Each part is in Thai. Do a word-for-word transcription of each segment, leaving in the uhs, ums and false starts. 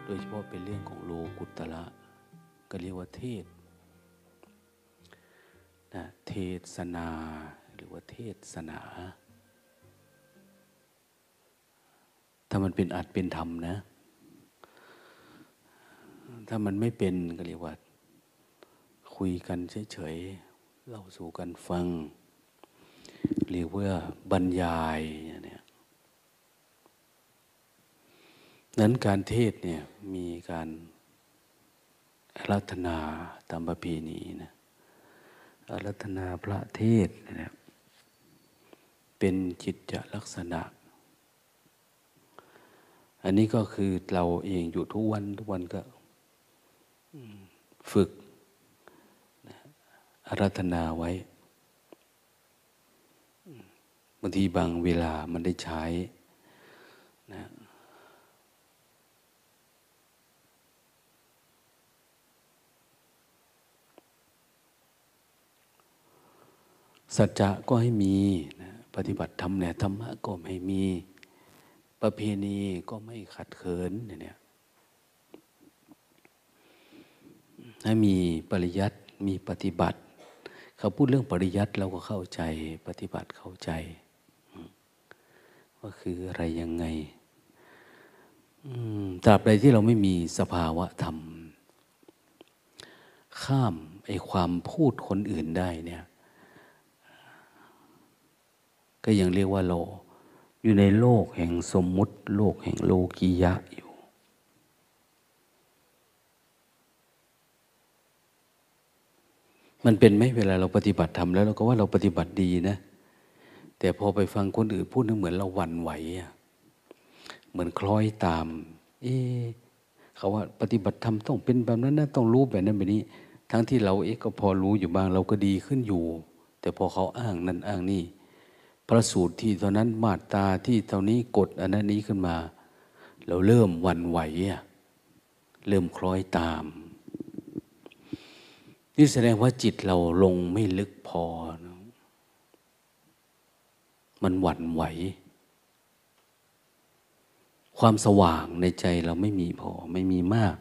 โดยเฉพาะเป็นเรื่องของโลกุตระก็เรียกว่าเทศนะเทศนาหรือว่าเทศนาถ้ามันเป็นอัตเป็นธรรมนะถ้ามันไม่เป็นก็เรียกว่าคุยกันเฉยๆเล่าสู่กันฟังเรียกว่าบรรยายเนี่ยนั้นการเทศเนี่ยมีการอาราธนาตามประเพณีนะอาราธนาพระเทศเนี่ยเป็นจิตจลักษณะอันนี้ก็คือเราเองอยู่ทุกวันทุกวันก็ฝึกอาราธนาไว้บางทีบางเวลามันได้ใช้นะสัจจะก็ให้มีนะปฏิบัติธรรมเนี่ยธรรมะก็ให้มีประเพณีก็ไม่ขัดเขินเนี่ยถ้ามีปริยัติมีปฏิบัติเขาพูดเรื่องปริยัติเราก็เข้าใจปฏิบัติเข้าใจว่าคืออะไรยังไงตราบใดที่เราไม่มีสภาวะธรรมข้ามไอ้ความพูดคนอื่นได้เนี่ยก็ยังเรียกว่าเราอยู่ในโลกแห่งสมมุติโลกแห่งโลกียะอยู่มันเป็นไหมเวลาเราปฏิบัติธรรมแล้วเราก็ว่าเราปฏิบัติดีนะแต่พอไปฟังคนอื่นพูดนึกเหมือนเราหวั่นไหวอะเหมือนคล้อยตามเอ๊ะเขาว่าปฏิบัติธรรมต้องเป็นแบบนั้นนะต้องรู้แบบนั้นแบบนี้ทั้งที่เราเอ๊ะก็พอรู้อยู่บ้างเราก็ดีขึ้นอยู่แต่พอเขาอ้างนั่นอ้างนี่พระสูตรที่เท่านั้นมาตราที่เท่านี้กฎอันนั้นนี้ขึ้นมาเราเริ่มหวั่นไหวอะเริ่มคล้อยตามนี่แสดงว่าจิตเราลงไม่ลึกพอนะมันหวั่นไหวความสว่างในใจเราไม่มีพอไม่มีมาก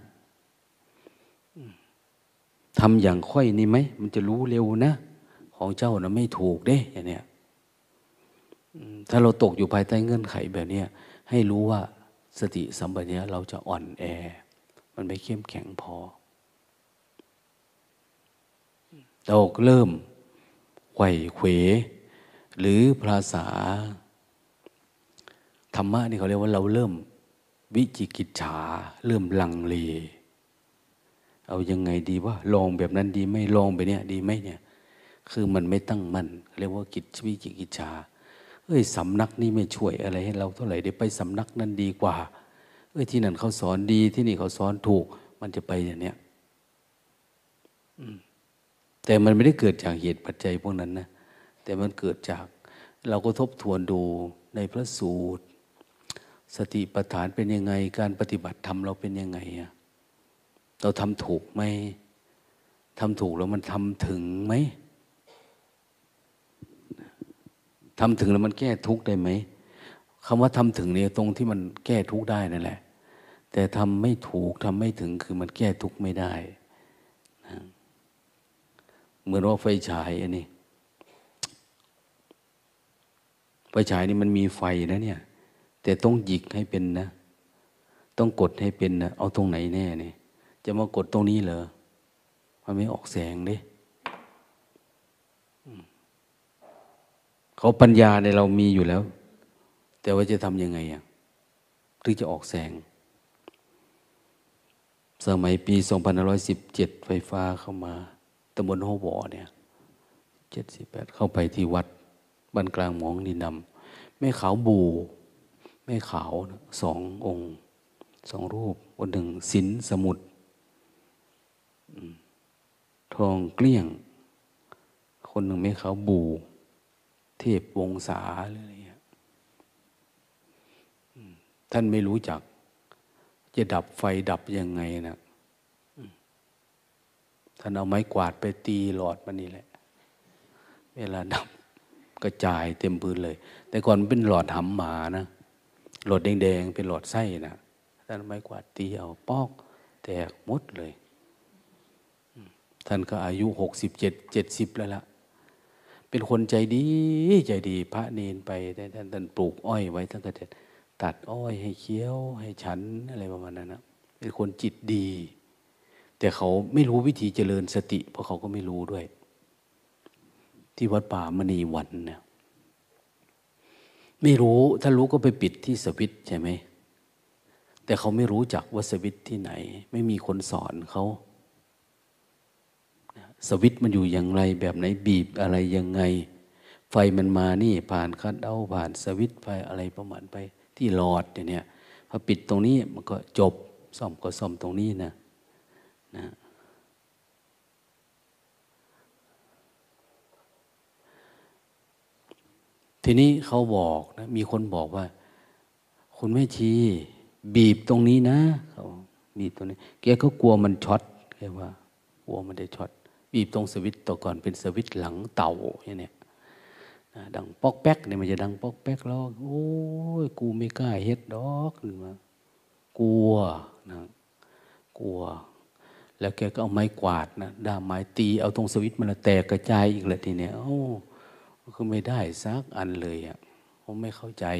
ทำอย่างค่อยนี่ไหมมันจะรู้เร็วนะของเจ้านะไม่ถูกเด้อย่างเนี้ยถ้าเราตกอยู่ภายใต้เงื่อนไขแบบนี้ให้รู้ว่าสติสัมปชัญญะเราจะอ่อนแอมันไม่เข้มแข็งพอเราเริ่มไขว่เขวหรือภาษาธรรมะนี่เขาเรียกว่าเราเริ่มวิจิกิจฉาเริ่มลังเลเอายังไงดีว่าลองแบบนั้นดีไหมลองแบบนี้ดีไหมเนี่ยคือมันไม่ตั้งมั่นเรียกว่ากิจวิจิกิจฉาเอ้ยสำนักนี้ไม่ช่วยอะไรให้เราเท่าไหร่เดี๋ยวไปสำนักนั้นดีกว่าเอ้ยที่นั่นเขาสอนดีที่นี่เขาสอนถูกมันจะไปอย่างเนี้ยแต่มันไม่ได้เกิดจากเหตุปัจจัยพวกนั้นนะแต่มันเกิดจากเราก็ทบทวนดูในพระสูตรสติปัฏฐานเป็นยังไงการปฏิบัติธรรมเราเป็นยังไงอะเราทำถูกไหมทำถูกแล้วมันทำถึงไหมทำถึงแล้วมันแก้ทุกข์ได้ไหมคำว่าทำถึงเนี่ยตรงที่มันแก้ทุกข์ได้นั่นแหละแต่ทำไม่ถูกทำไม่ถึงคือมันแก้ทุกข์ไม่ได้นะเหมือนว่าไฟฉายอันนี้ไฟฉายนี่มันมีไฟนะเนี่ยแต่ต้องหยิกให้เป็นนะต้องกดให้เป็นนะเอาตรงไหนแน่เนี่ยจะมากดตรงนี้เหรอมันไม่ออกแสงดิเขาปัญญาในเรามีอยู่แล้วแต่ว่าจะทำยังไงอ่ะถึงจะออกแสงสมัยปีสองพันห้าร้อยสิบเจ็ดไฟฟ้าเข้ามาตำบลโฮบอเนี่ยเจ็ดสิบแปดเข้าไปที่วัดบ้านกลางหมองดินดำแม่ขาวบูแม่ขาวสององค์สองรูปคนหนึ่งสินสมุทรทองเกลี้ยงคนหนึ่งแม่ขาวบูเทพวงศาอะไรอย่างเงี้ยท่านไม่รู้จักจะดับไฟดับยังไงนะท่านเอาไม้กวาดไปตีหลอดมันนี่แหละเวลาดับกระจายเต็มพื้นเลยแต่ก่อนมันเป็นหลอดหำหมานะหลอดแดงๆเป็นหลอดไส้นะท่านไม้กวาดตีเอาปอกแตกหมดเลยท่านก็อายุหกสิบเจ็ดเจ็ดสิบแล้วล่ะเป็นคนใจดีใจดีพระเนนไปแต่ท่านท่านปลูกอ้อยไว้ท่านก็จะตัดอ้อยให้เคี้ยวให้ฉันอะไรประมาณนั้นนะเป็นคนจิตดีแต่เขาไม่รู้วิธีเจริญสติเพราะเขาก็ไม่รู้ด้วยที่วัดป่ามณีวันเนี่ยไม่รู้ถ้ารู้ก็ไปปิดที่สวิตใช่ไหมแต่เขาไม่รู้จักว่าสวิตที่ไหนไม่มีคนสอนเขาสวิตมันอยู่อย่างไรแบบไหนบีบอะไรยังไงไฟมันมานี่ผ่านคัทเอาท์ผ่านสวิตไฟอะไรประมาณไปที่หลอดเนี่ยพอปิดตรงนี้มันก็จบซ่อมก็ซ่อมตรงนี้นะนะทีนี้เขาบอกนะมีคนบอกว่าคุณแม่ชีบีบตรงนี้นะเขาบีบตรงนี้แกก็กลัวมันช็อตแกว่ากลัวมันได้ช็อตบีบตรงสวิตตัวก่อนเป็นสวิตหลังเต่าอย่างเนี้ยดังป๊อกแป๊กเนี่ยมันจะดังป๊อกแป๊กแล้วโอ้ยกูไม่กล้าเฮ็ดดอกขึ้นมากลัวนะกลัวแล้วแกก็เอาไม้กวาดนะด้ามไม้ตีเอาตรงสวิตมันแตกกระจายอีกเลยทีเนี้ยโอ้คือไม่ได้ซักอันเลยอ่ะผมไม่เข้าใจ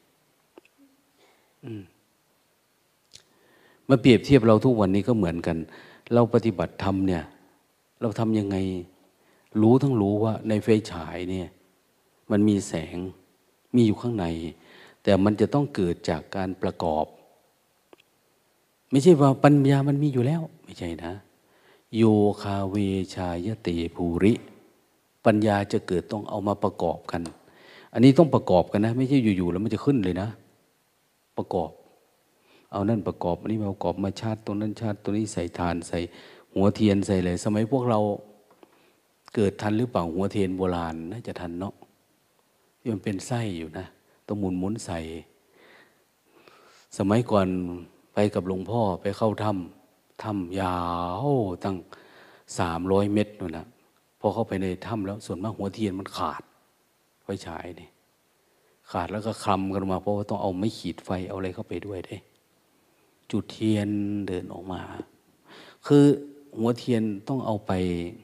อืมมาเปรียบเทียบเราทุกวันนี้ก็เหมือนกันเราปฏิบัติธรรมเนี่ยเราทำยังไงรู้ทั้งรู้ว่าในไฟฉายเนี่ยมันมีแสงมีอยู่ข้างในแต่มันจะต้องเกิดจากการประกอบไม่ใช่ว่าปัญญามันมีอยู่แล้วไม่ใช่นะโยคาเวชายเตภูริปัญญาจะเกิดต้องเอามาประกอบกันอันนี้ต้องประกอบกันนะไม่ใช่อยู่ๆแล้วมันจะขึ้นเลยนะประกอบเอานั่นประกอบอันนี้มาประกอบมาชาติตรงนั้นชาติตรงนี้ใส่ฐานใส่หัวเทียนใส่อะไรสมัยพวกเราเกิดทันหรือเปล่าหัวเทียนโบราณน่าจะทันเนาะที่มันเป็นไส้อยู่นะต้องหมุนหมุนใส่สมัยก่อนไปกับหลวงพ่อไปเข้าถ้ำถ้ำยาวตั้งสามร้อยเมตรนู่นนะพอเข้าไปในถ้ำแล้วส่วนมากหัวเทียนมันขาดไฟฉายนี่ขาดแล้วก็คลำกันมาเพราะว่าต้องเอาไม้ขีดไฟเอาอะไรเข้าไปด้วยเด้จุดเทียนเดินออกมาคือหัวเทียนต้องเอาไป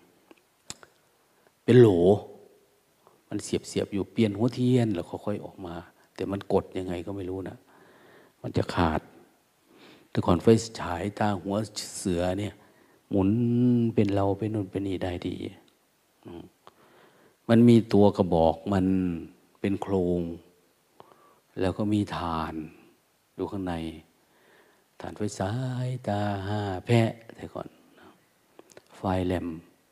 เป็นโหลมันเสียบเสียบอยู่เปลี่ยนหัวเทียนแล้วค่อยๆออกมาแต่มันกดยังไงก็ไม่รู้นะมันจะขาดแต่ก่อนไฟฉายตาหัวเสือเนี่ยหมุนเป็นเราเป็นนู่นเป็นนี่ได้ดีมันมีตัวกระบอกมันเป็นโครงแล้วก็มีฐานอยู่ข้างในฐานไฟฉายตาห้าแพะแต่ก่อนไฟแลม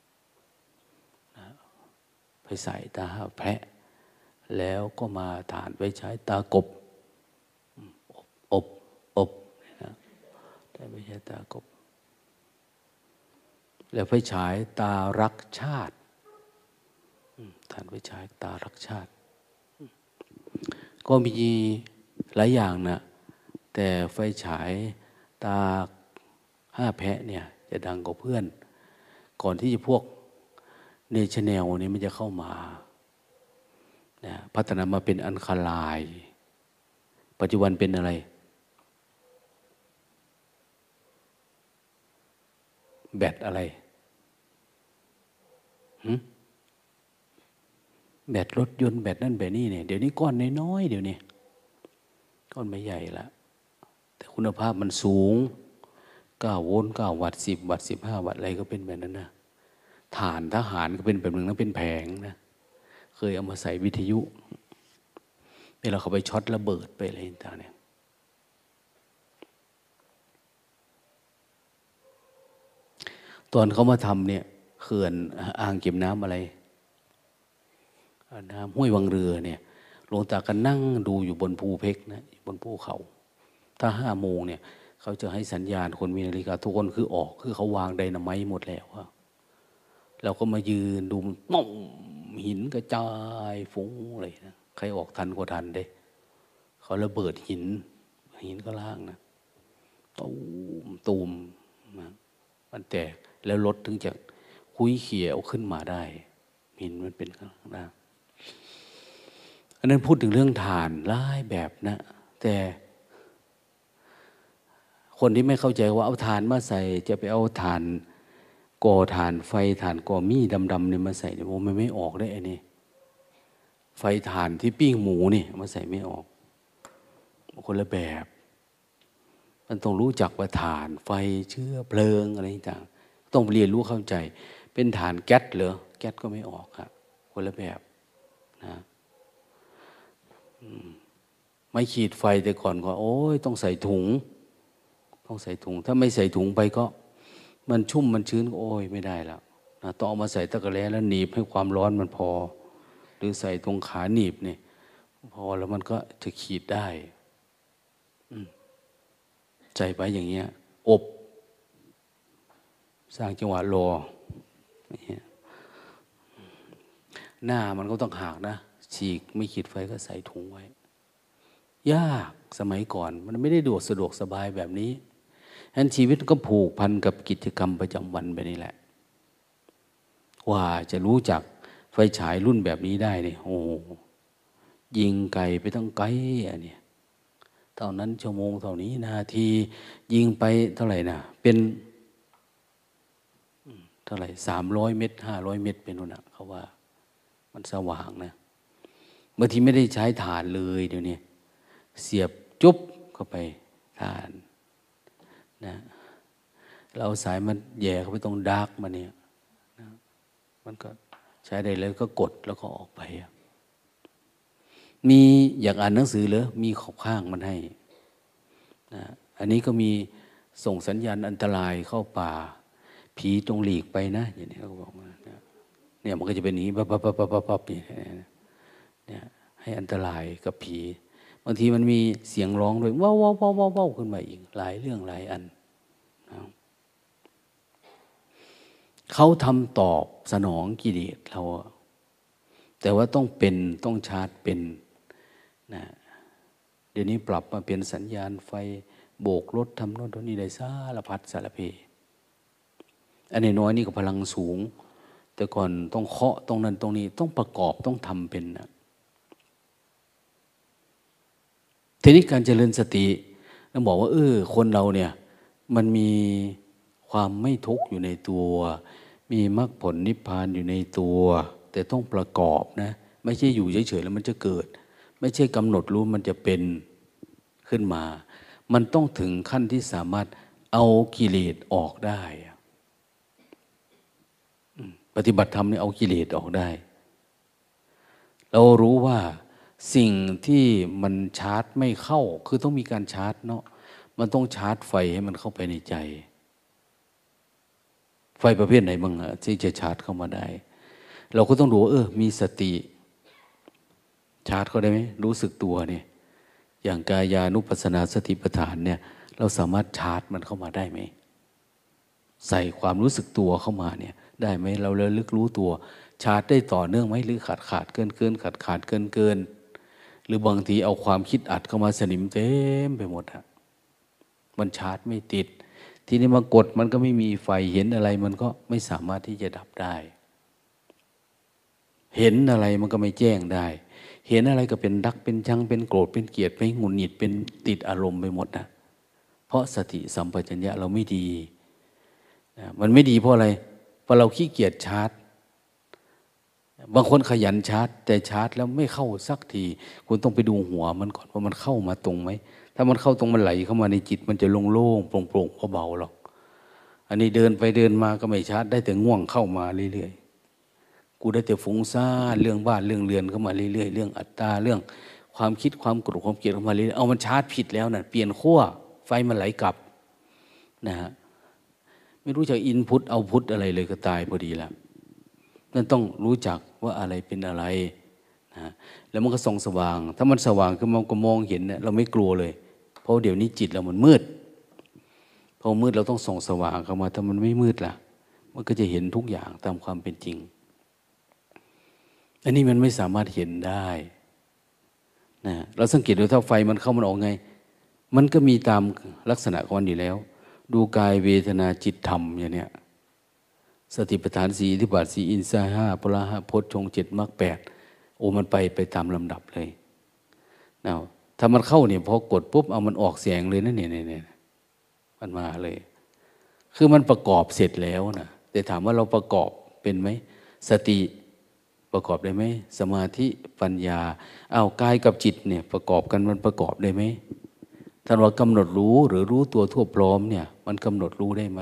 ไฟฉายตาห้าแพะแล้วก็มาฐานไฟฉายตากบอบอบนะแต่ไม่ใช่ตากบแล้วไฟฉายตารักชาติฐานไฟฉายตารักชาติก็มีหลายอย่างนะแต่ไฟฉายตาห้าแพะเนี่ยจะดังกว่าเพื่อนก่อนที่จะพวกเนชั่นแนลนี่มันจะเข้ามานะพัฒนามาเป็นอันคาไลน์ปัจจุบันเป็นอะไรแบตอะไรหึแบตรถยนต์แบตนั่นแบตนี่เนี่ยเดี๋ยวนี้ก้อนน้อยๆเดี๋ยวนี้ก้อนไม่ใหญ่ละแต่คุณภาพมันสูงเก้าโวลต์เก้าวัตต์สิบวัตต์สิบห้าวัตต์อะไรก็เป็นแบบนั้นนะฐานทหารก็เป็นแบบนึงนะเป็นแผงนะเคยเอามาใส่วิทยุเวลาเขาไปช็อตระเบิดไปอะไรต่างๆเนี่ยตอนเขามาทำเนี่ยเขื่อนอ่างเก็บน้ำอะไรน้ำห้วยวังเรือเนี่ยหลวงตาก็นั่งดูอยู่บนภูเพกนะบนภูเขาถ้าห้าโมงเนี่ยเขาจะให้สัญญาณคนมีนาฬิกาทุกคนคือออกคือเขาวางไดนาไมต์หมดแล้วเราก็มายืนดูมันป้องหินกระจายฟุ้งเลยนะใครออกทันก็ทันเด้เขาระเบิดหินหินก็ล่างนะตูมตูมนะมันแตกแล้วรถถึงจะคุยเขี่ยเอาขึ้นมาได้หินมันเป็นข้างล่างอันนั้นพูดถึงเรื่องฐานหลายแบบนะแต่คนที่ไม่เข้าใจว่าเอาถ่านมาใส่จะไปเอาถ่านก่อถ่านไฟถ่านก่อมีดำๆเนี่ยมาใส่เนี่ยโอ้มันไม่ออกได้ไอ้นี่ไฟถ่านที่ปิ้งหมูนี่มาใส่ไม่ออกคนละแบบมันต้องรู้จักว่าถ่านไฟเชื้อเพลิงอะไรต่างต้องเรียนรู้เข้าใจเป็นถ่านแก๊สเหรอแก๊สก็ไม่ออกครับคนละแบบนะไม่ขีดไฟแต่ก่อนก็โอ้ยต้องใส่ถุงต้องใส่ถุงถ้าไม่ใส่ถุงไปก็มันชุ่มมันชื้นก็โอ้ยไม่ได้แล้วนะต้องเอามาใส่ตะกร้าแล้วหนีบให้ความร้อนมันพอหรือใส่ตรงขาหนีบเนี่ยพอแล้วมันก็จะขีดได้ใจไปอย่างเงี้ยอบสร้างจังหวะรอหน้ามันก็ต้องหักนะฉีกไม่ขีดไฟก็ใส่ถุงไว้ยากสมัยก่อนมันไม่ได้ดวกสะดวกสบายแบบนี้ฉะนั้นชีวิตก็ผูกพันกับกิจกรรมประจำวันไปนี่แหละว่าจะรู้จักไฟฉายรุ่นแบบนี้ได้เนี่ยโอ้ยิงไกลไปตั้งไกลอันนี้เท่านั้นชั่วโมงเท่านี้นาทียิงไปเท่าไหร่นะเป็นเท่าไหร่สามร้อยเมตรห้าร้อยเมตรเป็นนู่นนะเขาว่ามันสว่างนะบางทีไม่ได้ใช้ถ่านเลยเดี๋ยวนี้เสียบจุ๊บเข้าไปถ่านนะเราเอาสายมันแย่เข้าไปตรงดาร์กมาเนี่ยนะมันก็ใช้ได้เลยก็กดแล้วก็ออกไปมีอยากอ่านหนังสือเหรอมีขอบข้างมันให้นะอันนี้ก็มีส่งสัญญาณอันตรายเข้าป่าผีตรงหลีกไปนะอย่างนี้เขาบอกมาเนี่ยมันก็จะเป็นอย่างนี้ปั๊บปั๊บปั๊บปั๊บปั๊บเนี่ยให้อันตรายกับผีบางทีมันมีเสียงร้องด้วยว้าวว้าวว้าวว้าวขึ้นมาอีกหลายเรื่องหลายอันนะเขาทำตอบสนองกิเลสเราแต่ว่าต้องเป็นต้องชาร์จเป็นนะเดี๋ยวนี้ปรับมาเป็นสัญญาณไฟโบกรถทำโน่นทำนี่ได้สารพัดสารเพอันนี้น้อยนี่ก็พลังสูงแต่ก่อนต้องเคาะตรงนั้นตรงนี้ต้องประกอบต้องทำเป็นนะทีนี้การเจริญสติต้องบอกว่าเออคนเราเนี่ยมันมีความไม่ทุกข์อยู่ในตัวมีมรรคผลนิพพานอยู่ในตัวแต่ต้องประกอบนะไม่ใช่อยู่เฉยๆแล้วมันจะเกิดไม่ใช่กำหนดรู้มันจะเป็นขึ้นมามันต้องถึงขั้นที่สามารถเอากิเลสออกได้ปฏิบัติธรรมนี่เอากิเลสออกได้เรารู้ว่าสิ่งที่มันชาร์จไม่เข้าคือต้องมีการชาร์จเนาะมันต้องชาร์จไฟให้มันเข้าไปในใจไฟประเภทไหนบ้างอะที่จะชาร์จเข้ามาได้เราก็ต้องดูเออมีสติชาร์จเขาได้ไหมรู้สึกตัวเนี่ยอย่างกายานุปัสสนาสติปัฏฐานเนี่ยเราสามารถชาร์จมันเข้ามาได้ไหมใส่ความรู้สึกตัวเข้ามาเนี่ยได้ไหมเราระลึกรู้ตัวชาร์จได้ต่อเนื่องไหมหรือขาดขาดเกินเกินขาดขาดเกินเกินหรือบางทีเอาความคิดอัดเข้ามาสนิมเต็มไปหมดฮะมันชาร์จไม่ติดทีนี้มากดมันก็ไม่มีไฟเห็นอะไรมันก็ไม่สามารถที่จะดับได้เห็นอะไรมันก็ไม่แจ้งได้เห็นอะไรก็เป็นรักเป็นชังเป็นโกรธเป็นเกลียดเป็นหงุดหงิดเป็นติดอารมณ์ไปหมดนะเพราะสติสัมปชัญญะเราไม่ดีนะมันไม่ดีเพราะอะไรเพราะเราขี้เกียจชาร์จบางคนขยันชาร์จแต่ชาร์จแล้วไม่เข้าสักทีคุณต้องไปดูหัวมันก่อนว่ามันเข้ามาตรงไหมถ้ามันเข้าตรงมันไหลเข้ามาในจิตมันจะโล่งๆโปร่งๆเบาๆหรอกอันนี้เดินไปเดินมาก็ไม่ชาร์จได้แต่ง่วงเข้ามาเรื่อยๆกูได้แต่ฟุ้งซ่านเรื่องบ้านเรื่องเรือนเข้ามาเรื่อยๆเรื่องอัตตาเรื่องความคิดความโกรธความเกลียดเข้ามาเรื่อยๆเอามันชาร์จผิดแล้วนะเปลี่ยนขั้วไฟมันไหลกลับนะฮะไม่รู้จักอินพุตเอาพุตอะไรเลยก็ตายพอดีแล้วนั่นต้องรู้จักว่าอะไรเป็นอะไรนะแล้วมันก็ส่องสว่างถ้ามันสว่างขึ้นมาก็มองเห็นเนี่ยเราไม่กลัวเลยเพราะเดี๋ยวนี้จิตเรามันมืดพอมืดเราต้องส่องสว่างเข้ามาถ้ามันไม่มืดล่ะมันก็จะเห็นทุกอย่างตามความเป็นจริงอันนี้มันไม่สามารถเห็นได้นะเราสังเกตดูถ้าไฟมันเข้ามันออกไงมันก็มีตามลักษณะของมันอยู่แล้วดูกายเวทนาจิตธรรมอย่างเนี้ยสติปัฏฐานสี่อิทธิบาทสี่อินทรีย์ห้าพละห้าพจน์ชงเจ็ดมรรคแปดโอ้มันไปไปตามลำดับเลยนะถ้ามันเข้าเนี่ยพอกดปุ๊บเอามันออกแสงเลยนะเนี่ยเนี่ยมันมาเลย คือมันประกอบเสร็จแล้วนะแต่ถามว่าเราประกอบเป็นไหมสติประกอบได้ไหมสมาธิปัญญาอ้าวกายกับจิตเนี่ยประกอบกันมันประกอบได้ไหมท่านว่ากำหนดรู้หรือรู้ตัวทั่วพร้อมเนี่ยมันกำหนดรู้ได้ไหม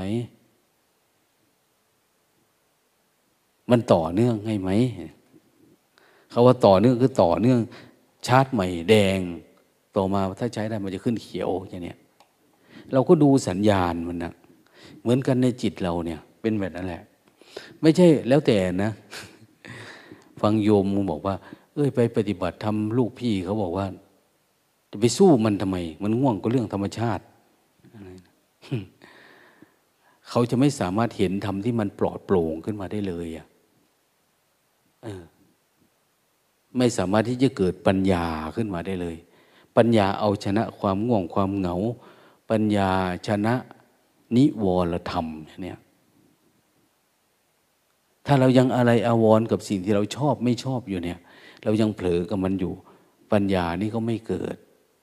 มันต่อเนื่องให้ไหมคำว่าต่อเนื่องคือต่อเนื่องชาร์จใหม่แดงต่อมาถ้าใช้ได้มันจะขึ้นเขียวอย่างเนี้ยเราก็ดูสัญญาณมันนะเหมือนกันในจิตเราเนี่ยเป็นแบบนั้นแหละไม่ใช่แล้วแต่นะ ฟังโยมบอกว่าเอ้ยไปปฏิบัติทำลูกพี่เขาบอกว่าจะไปสู้มันทำไมมันง่วงก็เรื่องธรรมชาติ เขาจะไม่สามารถเห็นธรรมที่มันปลอดโปร่งขึ้นมาได้เลยอ่ะเออไม่สามารถที่จะเกิดปัญญาขึ้นมาได้เลยปัญญาเอาชนะความง่วงความเหงาปัญญาชนะนิวรธรรมเนี่ยถ้าเรายังอะไรอาวรณ์กับสิ่งที่เราชอบไม่ชอบอยู่เนี่ยเรายังเผลอกับมันอยู่ปัญญานี่ก็ไม่เกิด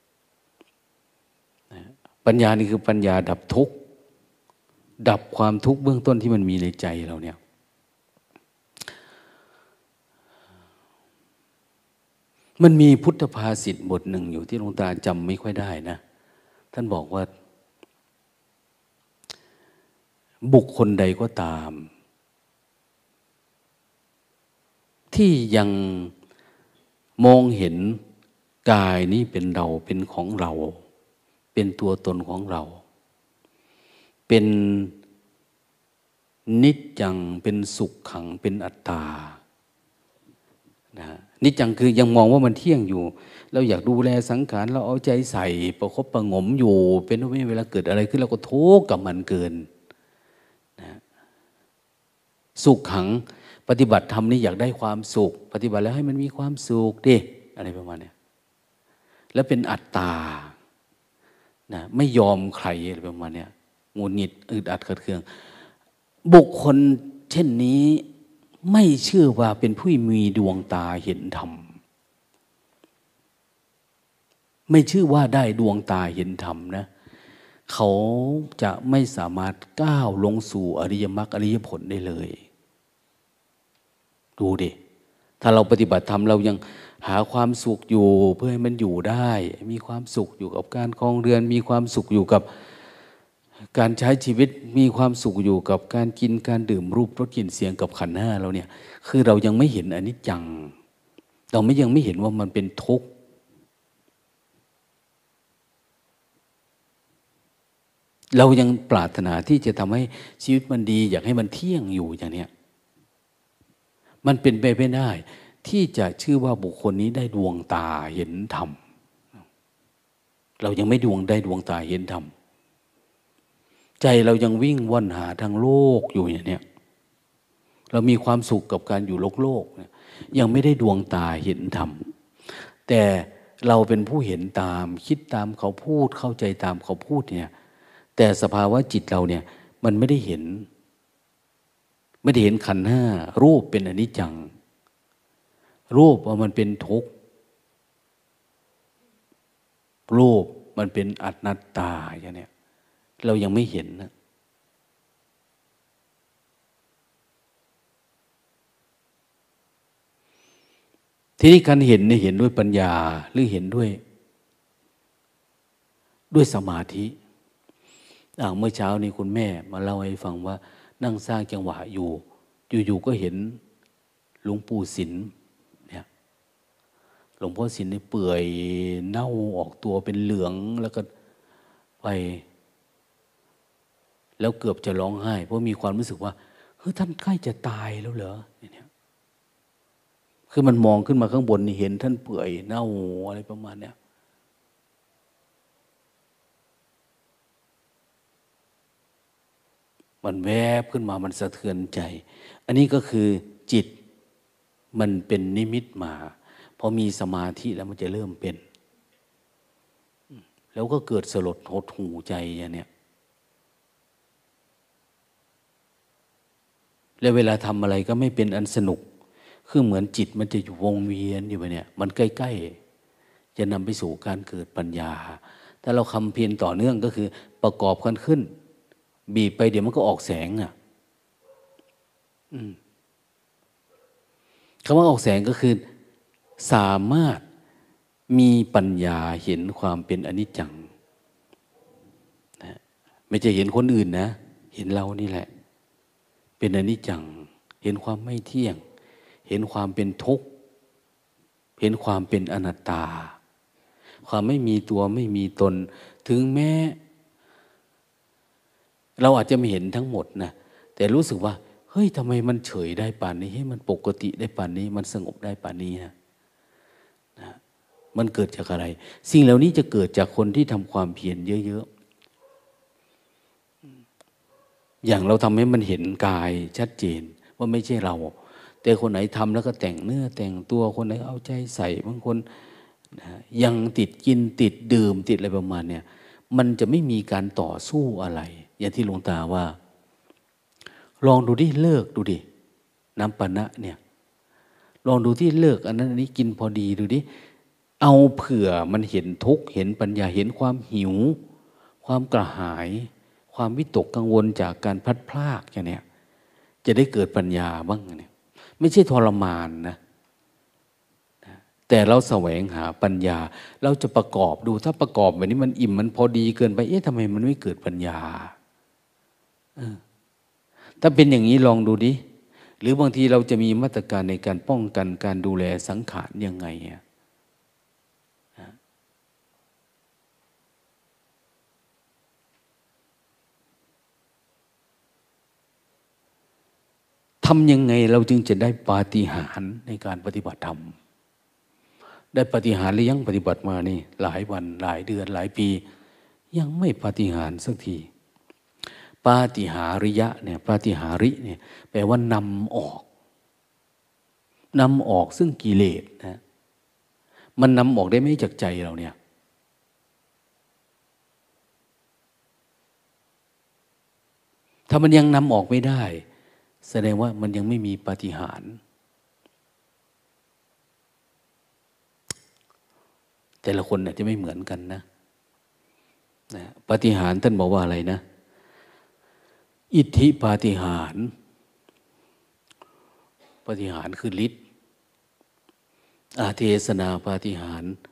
ปัญญานี่คือปัญญาดับทุกข์ดับความทุกข์เบื้องต้นที่มันมีในใจเราเนี่ยมันมีพุทธภาษิตบทหนึ่งอยู่ที่หลวงตาจำไม่ค่อยได้นะท่านบอกว่าบุคคลใดก็ตามที่ยังมองเห็นกายนี้เป็นเราเป็นของเราเป็นตัวตนของเราเป็นนิจจังเป็นสุขขังเป็นอัตตานะนิจจังคือยังมองว่ามันเที่ยงอยู่เราอยากดูแลสังขารเราเอาใจใส่ประคบประหงมอยู่เป็นว่าเวลาเกิดอะไรขึ้นเราก็ทุกข์กับมันเกินนะสุขขังปฏิบัติธรรมนี่อยากได้ความสุขปฏิบัติแล้วให้มันมีความสุขดิอะไรประมาณนี้แล้วเป็นอัตตานะไม่ยอมใครอะไรประมาณนี้หงุดหงิดอึดอัดขัดเคืองบุคคลเช่นนี้ไม่เชื่อว่าเป็นผู้มีดวงตาเห็นธรรมไม่ชื่อว่าได้ดวงตาเห็นธรรมนะเขาจะไม่สามารถก้าวลงสู่อริยมรรคอริยผลได้เลยดูดิถ้าเราปฏิบัติธรรมเรายังหาความสุขอยู่เพื่อให้มันอยู่ได้มีความสุขอยู่กับการครองเรือนมีความสุขอยู่กับการใช้ชีวิตมีความสุขอยู่กับการกินการดื่มรูปรสกลิ่นเสียงกับขันธ์ห้าเราเนี่ยคือเรายังไม่เห็นอนิจจังเราไม่ยังไม่เห็นว่ามันเป็นทุกข์เรายังปรารถนาที่จะทำให้ชีวิตมันดีอยากให้มันเที่ยงอยู่อย่างเนี้ยมันเป็นไปไม่ได้ที่จะชื่อว่าบุคคลนี้ได้ดวงตาเห็นธรรมเรายังไม่ดวงได้ดวงตาเห็นธรรมใจเรายังวิ่งว่อนหาทางโลกอยู่อย่างเนี้ยเรามีความสุขกับการอยู่โลกโลกยังไม่ได้ดวงตาเห็นธรรมแต่เราเป็นผู้เห็นตามคิดตามเขาพูดเข้าใจตามเขาพูดเนี่ยแต่สภาวะจิตเราเนี่ยมันไม่ได้เห็นไม่ได้เห็นขันธ์ห้ารูปเป็นอนิจจังรูปว่ามันเป็นทุกข์รูปมันเป็นอนัตตาอย่างเนี้ยเรายังไม่เห็นนะทีนี้การเห็นเนี่ยเห็นด้วยปัญญาหรือเห็นด้วยด้วยสมาธิอ่าเมื่อเช้านี้คุณแม่มาเล่าให้ฟังว่านั่งสร้างจังหวะอยู่อยู่ๆก็เห็นหลวงปู่ศิลป์เนี่ยหลวงพ่อศิลป์นี่เปื่อยเน่าออกตัวเป็นเหลืองแล้วก็ไปแล้วเกือบจะร้องไห้เพราะมีความรู้สึกว่าเฮ้ยท่านใกล้จะตายแล้วเหรอเนี่ยคือมันมองขึ้นมาข้างบนนี่เห็นท่านเปื่อยเน่าอะไรประมาณเนี้ยมันแวบขึ้นมามันสะเทือนใจอันนี้ก็คือจิตมันเป็นนิมิตมาพอมีสมาธิแล้วมันจะเริ่มเป็นแล้วก็เกิดสลดหดหู่ใจอย่างเนี้ยแล้วเวลาทำอะไรก็ไม่เป็นอันสนุกคือเหมือนจิตมันจะอยู่วงเวียนอยู่ไปเนี่ยมันใกล้ๆจะนำไปสู่การเกิดปัญญาถ้าเราคำเพียรต่อเนื่องก็คือประกอบกันขึ้นบีบไปเดี๋ยวมันก็ออกแสงอ่ะคำว่าออกแสงก็คือสามารถมีปัญญาเห็นความเป็นอนิจจังนะไม่ใช่เห็นคนอื่นนะเห็นเรานี่แหละเป็นอนิจจังเห็นความไม่เที่ยงเห็นความเป็นทุกข์เห็นความเป็นอนัตตาความไม่มีตัวไม่มีตนถึงแม้เราอาจจะไม่เห็นทั้งหมดนะแต่รู้สึกว่าเฮ้ยทำไมมันเฉยได้ป่านนี้ให้มันปกติได้ป่านนี้มันสงบได้ป่านนี้นะนะมันเกิดจากอะไรสิ่งเหล่านี้จะเกิดจากคนที่ทำความเพียรเยอะๆอย่างเราทำให้มันเห็นกายชัดเจนว่าไม่ใช่เราแต่คนไหนทำแล้วก็แต่งเนื้อแต่งตัวคนไหนเอาใจใส่บางคนนะยังติดกินติดดื่มติดอะไรประมาณเนี่ยมันจะไม่มีการต่อสู้อะไรอย่างที่หลวงตาว่าลองดูดิเลิกดูดิน้ำปานะเนี่ยลองดูที่เลิกอันนั้นอันนี้กินพอดีดูดิเอาเผื่อมันเห็นทุกข์เห็นปัญญาเห็นความหิวความกระหายความวิตกกังวลจากการพลัดพรากอย่างเนี้ยจะได้เกิดปัญญาบ้างเนี่ยไม่ใช่ทรมานนะแต่เราแสวงหาปัญญาเราจะประกอบดูถ้าประกอบแบบนี้มันอิ่มมันพอดีเกินไปเอ๊ะทำไมมันไม่เกิดปัญญาถ้าเป็นอย่างนี้ลองดูดิหรือบางทีเราจะมีมาตรการในการป้องกันการดูแลสังขารยังไงอ่ะทำยังไงเราจึงจะได้ปาฏิหาริย์ในการปฏิบัติธรรมได้ปาฏิหาริย์หรือยังปฏิบัติมานี่หลายวันหลายเดือนหลายปียังไม่ปาฏิหาริย์สักทีปาฏิหาริยะเนี่ยปาฏิหาริเนี่ยแปลว่านำออกนำออกซึ่งกิเลสนะมันนำออกได้ไหมจากใจเราเนี่ยถ้ามันยังนำออกไม่ได้แสดงว่ามันยังไม่มีปาฏิหาริย์แต่ละคนเนี่ยจะไม่เหมือนกันนะนะปาฏิหาริย์ท่านบอกว่าอะไรนะอิทธิปาฏิหาริย์ปาฏิหาริย์คือฤทธิ์อาเทศนาปาฏิหาริย์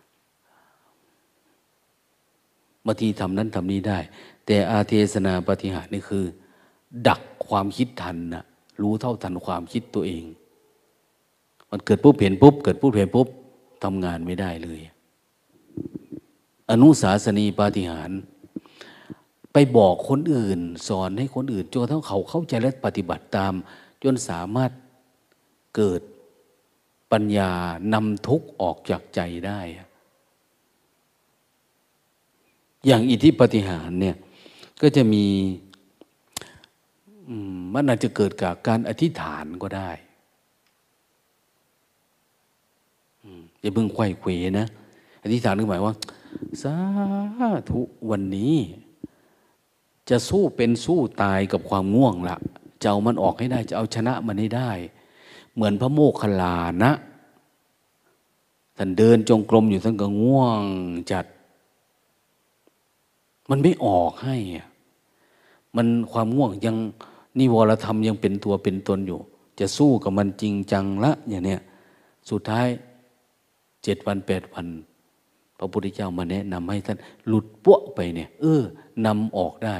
บางทีทำนั้นทำนี้ได้แต่อาเทศนาปาฏิหาริย์นี่คือดักความคิดทันนะรู้เท่าทันความคิดตัวเองมันเกิดปุ๊บเห็นปุ๊บเกิดปุ๊บเห็นปุ๊บทำงานไม่ได้เลยอนุสาสนีปาฏิหาริย์ไปบอกคนอื่นสอนให้คนอื่นจนกระทั่งเขาเข้าใจและปฏิบัติตามจนสามารถเกิดปัญญานำทุกข์ออกจากใจได้อย่างอิทธิปาฏิหาริย์เนี่ยก็จะมีมันอาจจะเกิดจากการอธิษฐานก็ได้อย่าเพิ่งไขว้เขวนะอธิษฐานคือหมายว่าสาธุวันนี้จะสู้เป็นสู้ตายกับความง่วงละจะเอามันออกให้ได้จะเอาชนะมันให้ได้เหมือนพระโมคคัลลานะท่านเดินจงกรมอยู่ท่านก็ง่วงจัดมันไม่ออกให้มันความง่วงยังนิวรธรรมยังเป็นตัวเป็นตนอยู่จะสู้กับมันจริงจังละอย่างเนี้ยสุดท้ายเจ็ดวันแปดวันพระพุทธเจ้ามาแนะนำให้ท่านหลุดปั้วไปเนี่ยเออนำออกได้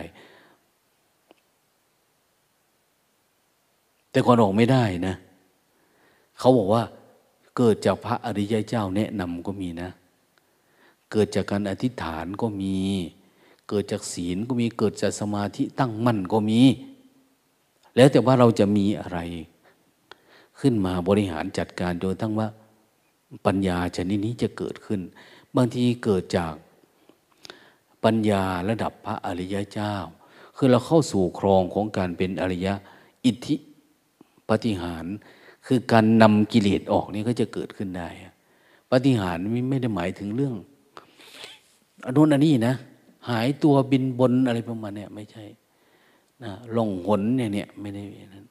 แต่ก่อนออกไม่ได้นะเขาบอกว่าเกิดจากพระอริยเจ้าแนะนำก็มีนะเกิดจากการอธิษฐานก็มีเกิดจากศีลก็มีเกิดจากสมาธิตั้งมั่นก็มีแล้วแต่ว่าเราจะมีอะไรขึ้นมาบริหารจัดการโดยทั้งว่าปัญญาชนิดนี้จะเกิดขึ้นบางทีเกิดจากปัญญาระดับพระอริยเจ้าคือเราเข้าสู่ครองของการเป็นอริยะอิทธิปาฏิหาริย์คือการนำกิเลสออกนี่ก็จะเกิดขึ้นได้ปาฏิหาริย์ไม่ได้หมายถึงเรื่องอนุนอันนี้นะหายตัวบินบนอะไรประมาณนี้ไม่ใช่นะล่องหนเนี่ยเนี่ยไม่ได้นั้น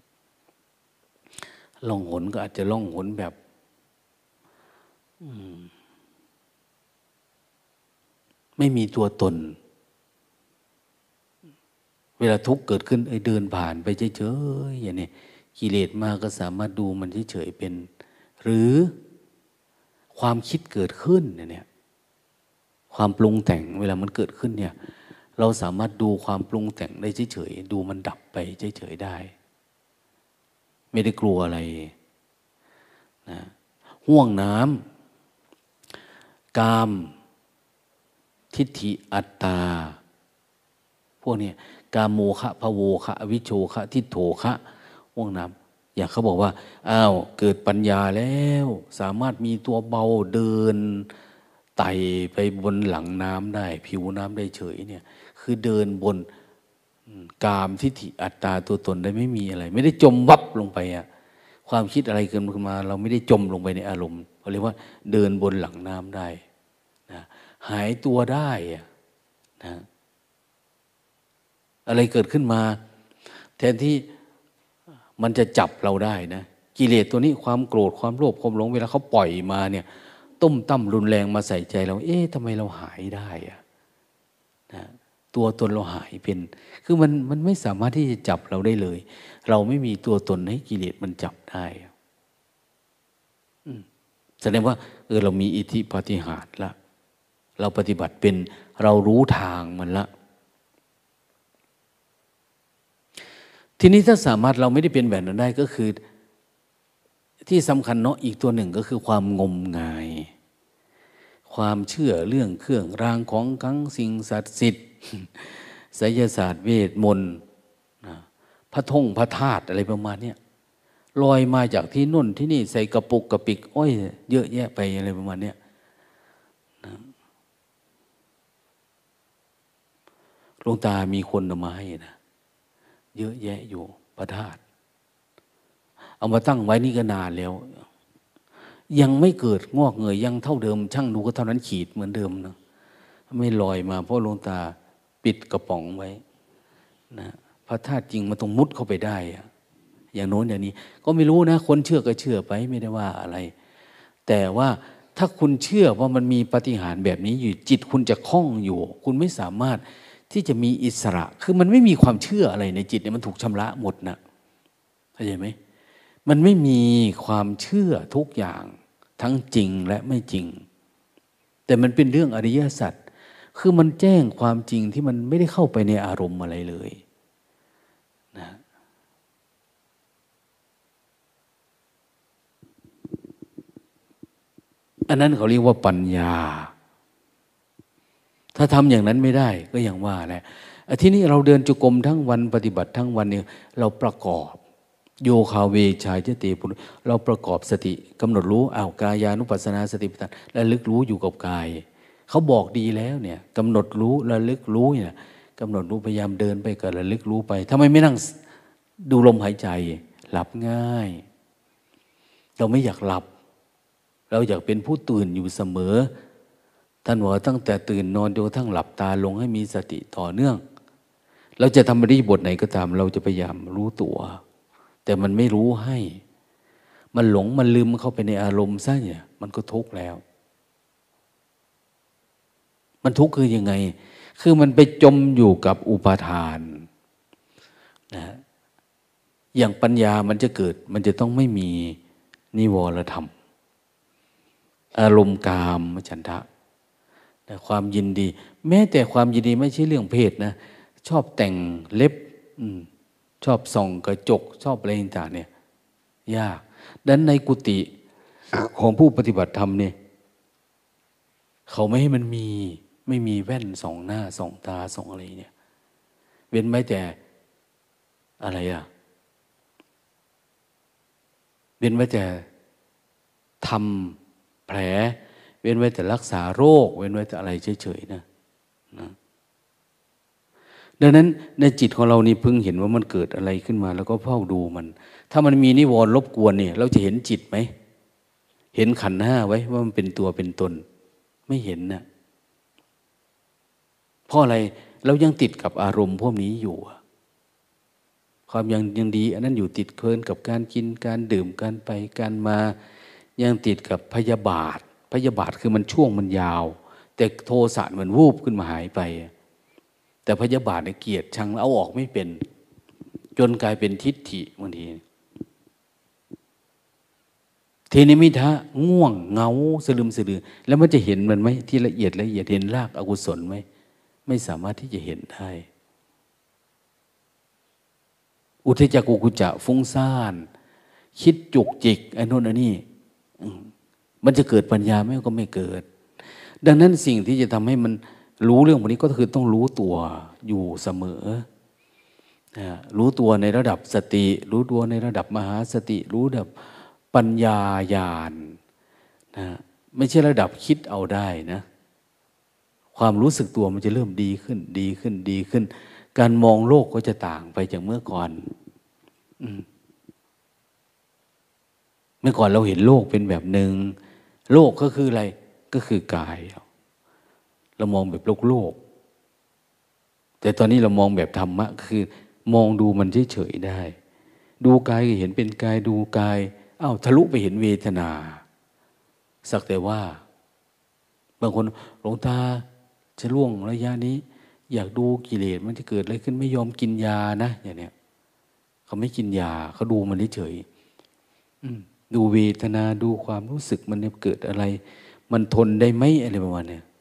ล่องหนก็อาจจะล่องหนแบบไม่มีตัวตนเวลาทุกข์เกิดขึ้นไอ้เดินผ่านไปเฉยๆอย่างนี้กิเลสมาก็สามารถดูมันเฉยๆเป็นหรือความคิดเกิดขึ้นเนี่ยความปรุงแต่งเวลามันเกิดขึ้นเนี่ยเราสามารถดูความปรุงแต่งได้เฉยๆดูมันดับไปเฉยๆได้ไม่ได้กลัวอะไรนะห่วงน้ำกามทิฏฐิอัตตาพวกนี้กามโมคะภโวคะอวิชโชคะทิฏโถคะห่วงน้ำอย่างเขาบอกว่าอ้าวเกิดปัญญาแล้วสามารถมีตัวเบาเดินไต่ไปบนหลังน้ำได้ผิวน้ำได้เฉยเนี่ยคือเดินบนกามทิฏฐิอัตตาตัวตนได้ไม่มีอะไรไม่ได้จมวับลงไปอะความคิดอะไรเกิดขึ้นมาเราไม่ได้จมลงไปในอารมณ์เขาเรียกว่าเดินบนหลังน้ำได้นะหายตัวได้อะนะอะไรเกิดขึ้นมาแทนที่มันจะจับเราได้นะกิเลสตัวนี้ความโกรธความโลภความหลงเวลาเขาปล่อยมาเนี่ยต้มตั้มรุนแรงมาใส่ใจเราเอ๊ะทำไมเราหายได้อะนะตัวตนเราหายเป็นคือมันมันไม่สามารถที่จะจับเราได้เลยเราไม่มีตัวตนให้กิเลสมันจับได้แสดงว่าเออเรามีอิทธิปาฏิหาริย์ละเราปฏิบัติเป็นเรารู้ทางมันละทีนี้ถ้าสามารถเราไม่ได้เป็นแบบนั้นได้ก็คือที่สำคัญเนาะอีกตัวหนึ่งก็คือความงมงายความเชื่อเรื่องเครื่องรางของขลังสิ่งศักดิ์สิทธิ์ไสยศาสตร์เวทมนต์พระธงพระธาตุอะไรประมาณนี้ลอยมาจากที่นู่นที่นี่ใส่กระปุกกระปิกอ้อยเยอะแยะไปอะไรประมาณนี้หลวงตามีคนเอามาให้นะเยอะแยะอยู่พระธาตุเอามาตั้งไว้นี่ก็นานแล้วยังไม่เกิดงอกเงยยังเท่าเดิมช่างดูก็เท่านั้นขีดเหมือนเดิมนะไม่ลอยมาเพราะหลวงตาปิดกระป๋องไว้นะพระธาตุจริงมันต้องมุดเข้าไปได้อะอย่างโน้นอย่างนี้ก็ไม่รู้นะคนเชื่อก็เชื่อไปไม่ได้ว่าอะไรแต่ว่าถ้าคุณเชื่อว่ามันมีปาฏิหาริย์แบบนี้อยู่จิตคุณจะคล่องอยู่คุณไม่สามารถที่จะมีอิสระคือมันไม่มีความเชื่ออะไรในจิตเนี่ยมันถูกชำระหมดนะเข้าใจไหมมันไม่มีความเชื่อทุกอย่างทั้งจริงและไม่จริงแต่มันเป็นเรื่องอริยสัจคือมันแจ้งความจริงที่มันไม่ได้เข้าไปในอารมณ์อะไรเลยนะอันนั้นเขาเรียกว่าปัญญาถ้าทำอย่างนั้นไม่ได้ก็อย่างว่าแหละทีนี้เราเดินจุกรมทั้งวันปฏิบัติทั้งวันเนี่ยเราประกอบโยคาเวชายเจติปุเราประกอบสติกำหนดรู้อ้าวกายานุปัสสนาสติปัฏฐานระลึกรู้อยู่กับกายเขาบอกดีแล้วเนี่ยกำหนดรู้ระลึกรู้เนี่ยกำหนดรู้พยายามเดินไปกับระลึกรู้ไปทำไมไม่นั่งดูลมหายใจหลับง่ายเราไม่อยากหลับเราอยากเป็นผู้ตื่นอยู่เสมอท่านบอกตั้งแต่ตื่นนอนจนกระทั่งหลับตาลงให้มีสติต่อเนื่องเราจะทำอริยบทไหนก็ตามเราจะพยายามรู้ตัวแต่มันไม่รู้ให้มันหลงมันลืมเข้าไปในอารมณ์ซะเนี่ยมันก็ทุกข์แล้วมันทุกข์คือยังไงคือมันไปจมอยู่กับอุปาทานนะอย่างปัญญามันจะเกิดมันจะต้องไม่มีนิวรธรรมอารมณ์กามฉันทะแต่ความยินดีแม้แต่ความยินดีไม่ใช่เรื่องเพศนะชอบแต่งเล็บชอบส่องกระจกชอบอะไรต่างๆเนี่ยยากดังนั้นในกุฏิของผู้ปฏิบัติธรรมเนี่ยเขาไม่ให้มันมีไม่มีแว่นสองหน้าสองตาสองอะไรเนี่ยเว้นไว้แต่อะไรอ่ะเว้นไว้แต่ทำแผลเว้นไว้แต่รักษาโรคเว้นไว้แต่อะไรเฉยๆนะนะดังนั้นในจิตของเรานี่พึงเห็นว่ามันเกิดอะไรขึ้นมาแล้วก็เฝ้าดูมันถ้ามันมีนิวรณ์รบกวนเนี่ยเราจะเห็นจิตไหมเห็นขันธ์ห้าไว้ว่ามันเป็นตัวเป็นตนไม่เห็นนะเพราะอะไรเรายังติดกับอารมณ์พวกนี้อยู่ความยังยังดีอันนั้นอยู่ติดเพลินกับการกินการดื่มการไปการมายังติดกับพยาบาทพยาบาทคือมันช่วงมันยาวแต่โทสะมันวูบขึ้นมาหายไปแต่พยาบาทเนี่ยเกลียดชังเอาออกไม่เป็นจนกลายเป็นทิฏฐิบางทีเทนิมิทะง่วงเหงาสลึมสลือแล้วมันจะเห็นมันไหมที่ละเอียดละเอียดเห็นรากอกุศลไหมไม่สามารถที่จะเห็นได้อุทจักกุกุจจะฟุ้งซ่านคิดจุกจิกไอ้นู่นไอ้นี่มันจะเกิดปัญญาไหมก็ไม่เกิดดังนั้นสิ่งที่จะทำให้มันรู้เรื่องพวกนี้ก็คือต้องรู้ตัวอยู่เสมอรู้ตัวในระดับสติรู้ตัวในระดับมหาสติรู้ระดับปัญญาญาณนะไม่ใช่ระดับคิดเอาได้นะความรู้สึกตัวมันจะเริ่มดีขึ้นดีขึ้นดีขึ้นการมองโลกก็จะต่างไปจากเมื่อก่อนอืมเมื่อก่อนเราเห็นโลกเป็นแบบหนึ่งโลกก็คืออะไรก็คือกายเรามองแบบโลกโลกแต่ตอนนี้เรามองแบบธรรมะคือมองดูมันเฉยๆได้ดูกายก็เห็นเป็นกายดูกายอ้าวทะลุไปเห็นเวทนาสักแต่ว่าบางคนหลวงตาจะล่วงระยะนี้อยากดูกิเลสมันจะเกิดอะไรขึ้นไม่ยอมกินยานะอย่างเนี้ยเขาไม่กินยาเขาดูมันเฉยๆดูเวทนาดูความรู้สึกมันเกิดอะไรมันทนได้ไหมอะไรประมาณเนี้ย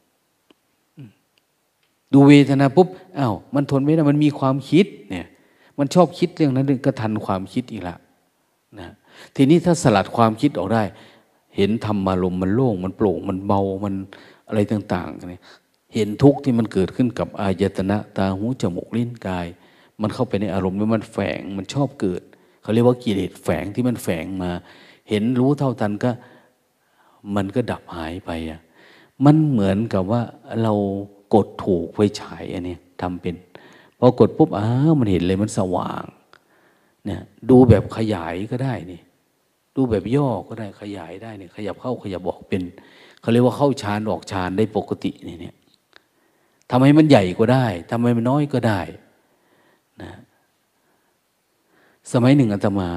ดูเวทนาปุ๊บอ้าวมันทนไม่ได้มันมีความคิดเนี่ยมันชอบคิดเรื่องนั้นก็ทันความคิดอีกละนะทีนี้ถ้าสลัดความคิดออกได้เห็นธรรมารมณ์มันโล่งมันโปร่งมันเบามันอะไรต่างๆเนี่ยเห็นทุกข์ที่มันเกิดขึ้นกับอายตนะตาหูจมูกลิ้นกายมันเข้าไปในอารมณ์แล้วมันแฝงมันชอบเกิดเขาเรียกว่ากิเลสแฝงที่มันแฝงมาเห็นรู้เท่าทันก็มันก็ดับหายไปอ่ะมันเหมือนกับว่าเรากดถูกไฟฉายอันนี้ทำเป็นพอกดปุ๊บอ้าวมันเห็นเลยมันสว่างเนี่ยดูแบบขยายก็ได้นี่ดูแบบย่อก็ได้ขยายได้เนี่ยขยับเข้าขยับออกเป็นเขาเรียกว่าเข้าฌานออกฌานได้ปกตินี่เนี่ยทำให้มันใหญ่ก็ได้ทำให้มันน้อยก็ได้นะสมัยหนึ่งอาตมา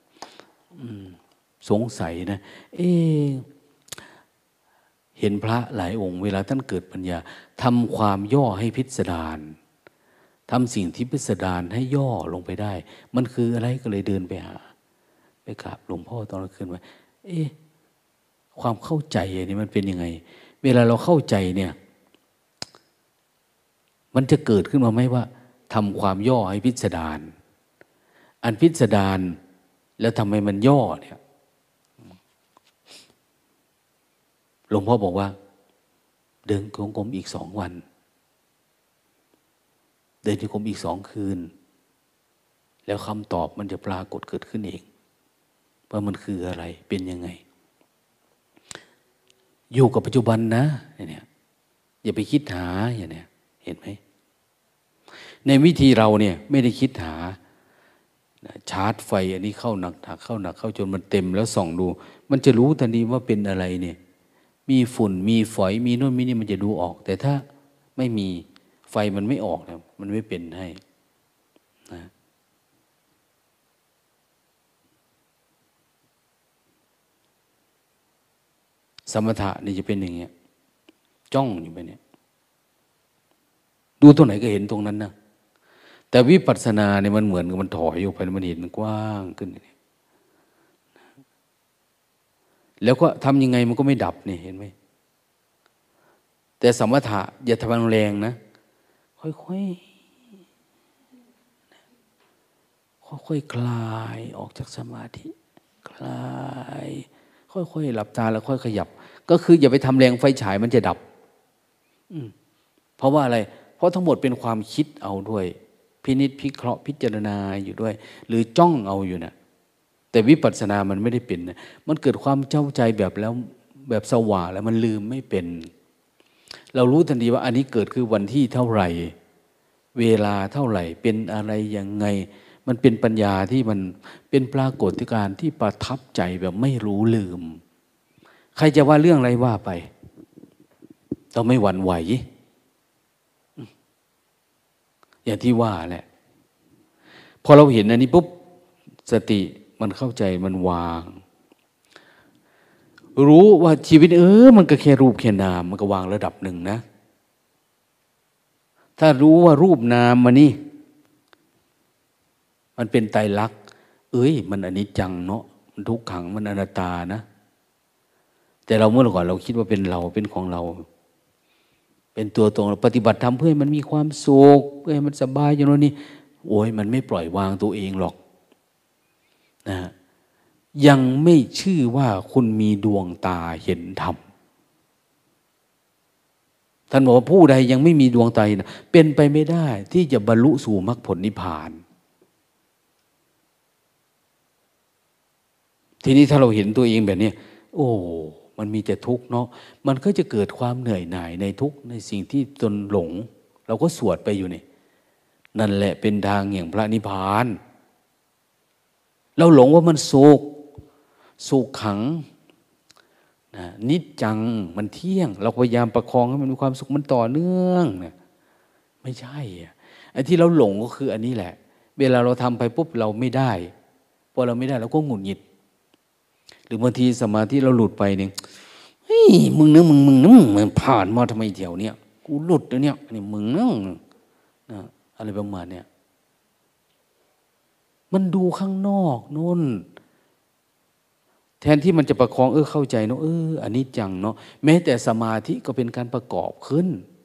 สงสัยนะเอ๊ะเห็นพระหลายองค์เวลาท่านเกิดปัญญาทำความย่อให้พิสดารทำสิ่งที่พิสดารให้ย่อลงไปได้มันคืออะไรก็เลยเดินไปหาไปกราบหลวงพ่อตอนกลางคืนว่าเอ๊ะความเข้าใจอันนี้มันเป็นยังไงเวลาเราเข้าใจเนี่ยมันจะเกิดขึ้นมาไหมว่าทำความย่อให้พิสดารอันพิสดารแล้วทำไมมันย่อเนี่ยหลวงพ่อบอกว่าเดินจงกรมอีกสองวันเดินจงกรมอีกสองคืนแล้วคำตอบมันจะปรากฏเกิดขึ้นเองว่ามันคืออะไรเป็นยังไงอยู่กับปัจจุบันนะเนี่ยอย่าไปคิดหาอย่างเนี้ยเห็นไหมในวิธีเราเนี่ยไม่ได้คิดหาชาร์จไฟอันนี้เข้าหนักหนักเข้าหนักเข้าจนมันเต็มแล้วส่องดูมันจะรู้ทันทีว่าเป็นอะไรเนี่ยมีฝุ่นมีฝอยมีโน่นมีนี่มันจะดูออกแต่ถ้าไม่มีไฟมันไม่ออกนะมันไม่เป็นให้นะสมถะนี่จะเป็นอย่างเงี้ยจ้องอยู่ไปเนี่ยดูตรงไหนก็เห็นตรงนั้นนะแต่วิปัสสนาเนี่ยมันเหมือนกับมันถอยออกไปมันเห็นกว้างขึ้นเนี่ยแล้วก็ทำยังไงมันก็ไม่ดับนี่เห็นไหมแต่สมถะอย่าทำแรงนะค่อยๆค่อยๆคลายออกจากสมาธิคลายค่อยๆหลับตาแล้วค่อยขยับก็คืออย่าไปทำแรงไฟฉายมันจะดับเพราะว่าอะไรเพราะทั้งหมดเป็นความคิดเอาด้วยพินิจพิเคราะห์พิจารณาอยู่ด้วยหรือจ้องเอาอยู่นะแต่วิปัสสนามันไม่ได้เป็นนะมันเกิดความเจ้าใจแบบแล้วแบบสว่างแล้วมันลืมไม่เป็นเรารู้ทันทีว่าอันนี้เกิดคือวันที่เท่าไหร่เวลาเท่าไหร่เป็นอะไรยังไงมันเป็นปัญญาที่มันเป็นปรากฏการณ์ที่ประทับใจแบบไม่รู้ลืมใครจะว่าเรื่องอะไรว่าไปเราไม่หวั่นไหวอย่างที่ว่าแหละพอเราเห็นอันนี้ปุ๊บสติมันเข้าใจมันวางรู้ว่าชีวิตเออมันก็แค่รูปแค่นามมันก็วางระดับหนึ่งนะถ้ารู้ว่ารูปนามมันนี่มันเป็นไตรลักษณ์เอ้ยมันอนิจจังเนาะมันทุกขังมันอนัตตานะแต่เราเมื่อก่อนเราคิดว่าเป็นเราเป็นของเราเป็นตัวตนเราปฏิบัติธรรมเพื่อให้มันมีความสุขเพื่อให้มันสบายอย่างนั้นนี่โอ้ยมันไม่ปล่อยวางตัวเองหรอกนะยังไม่ชื่อว่าคุณมีดวงตาเห็นธรรมท่านบอกว่าผู้ใดยังไม่มีดวงตาเห็นเป็นไปไม่ได้ที่จะบรรลุสู่มรรคผลนิพพานทีนี้ถ้าเราเห็นตัวเองแบบนี้โอ้มันมีแต่ทุกข์เนาะมันก็จะเกิดความเหนื่อยหน่ายในทุกข์ในสิ่งที่ตนหลงเราก็สวดไปอยู่นี่นั่นแหละเป็นทางแห่งพระนิพพานเราหลงว่ามันสุขสุขขังนะนิจจังมันเที่ยงเราพยายามประคองให้มันมีความสุขมันต่อเนื่องนะไม่ใช่อะไอ้ที่เราหลงก็คืออันนี้แหละเวลาเราทำไปปุ๊บเราไม่ได้พอเราไม่ได้เราก็หงุดหงิดหรือบางทีสมาธิเราหลุดไปเนี่ยเฮ้ยมึงนะมึงมึงนะมึงมันผ่านมาทำไมเดี๋ยวเนี้ยกูหลุดแล้วเนี่ยนี่มึงนะนะอะไรประมาณเนี้ยมันดูข้างนอกนู่นแทนที่มันจะประคองเออเข้าใจเนาะเอออันนี้จังเนาะแม้แต่สมาธิก็เป็นการประกอบขึ้น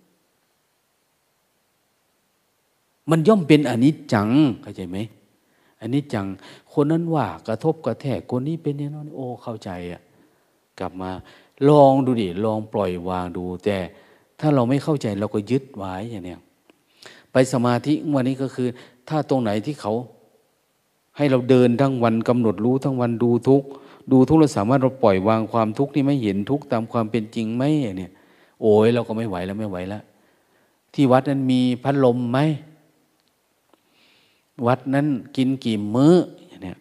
มันย่อมเป็นอนิจจังเข้าใจไหมอนิจจังคนนั้นว่ากระทบกระแทกคนนี้เป็นอย่างนั้นโอ้เข้าใจอ่ะกลับมาลองดูดิลองปล่อยวางดูแต่ถ้าเราไม่เข้าใจเราก็ยึดไว้อย่างเนี้ยไปสมาธิวันนี้ก็คือถ้าตรงไหนที่เขาให้เราเดินทั้งวันกำหนดรู้ทั้งวันดูทุกข์ดูทุกข์เราสามารถเราปล่อยวางความทุกข์นี่ไม่เห็นทุกข์ตามความเป็นจริงไหมเนี่ยโอ้ยเราก็ไม่ไหวแล้วไม่ไหวแล้วที่วัดนั้นมีพัดลมไหมวัดนั้นกินกี่มื้ออย่างเนี้ย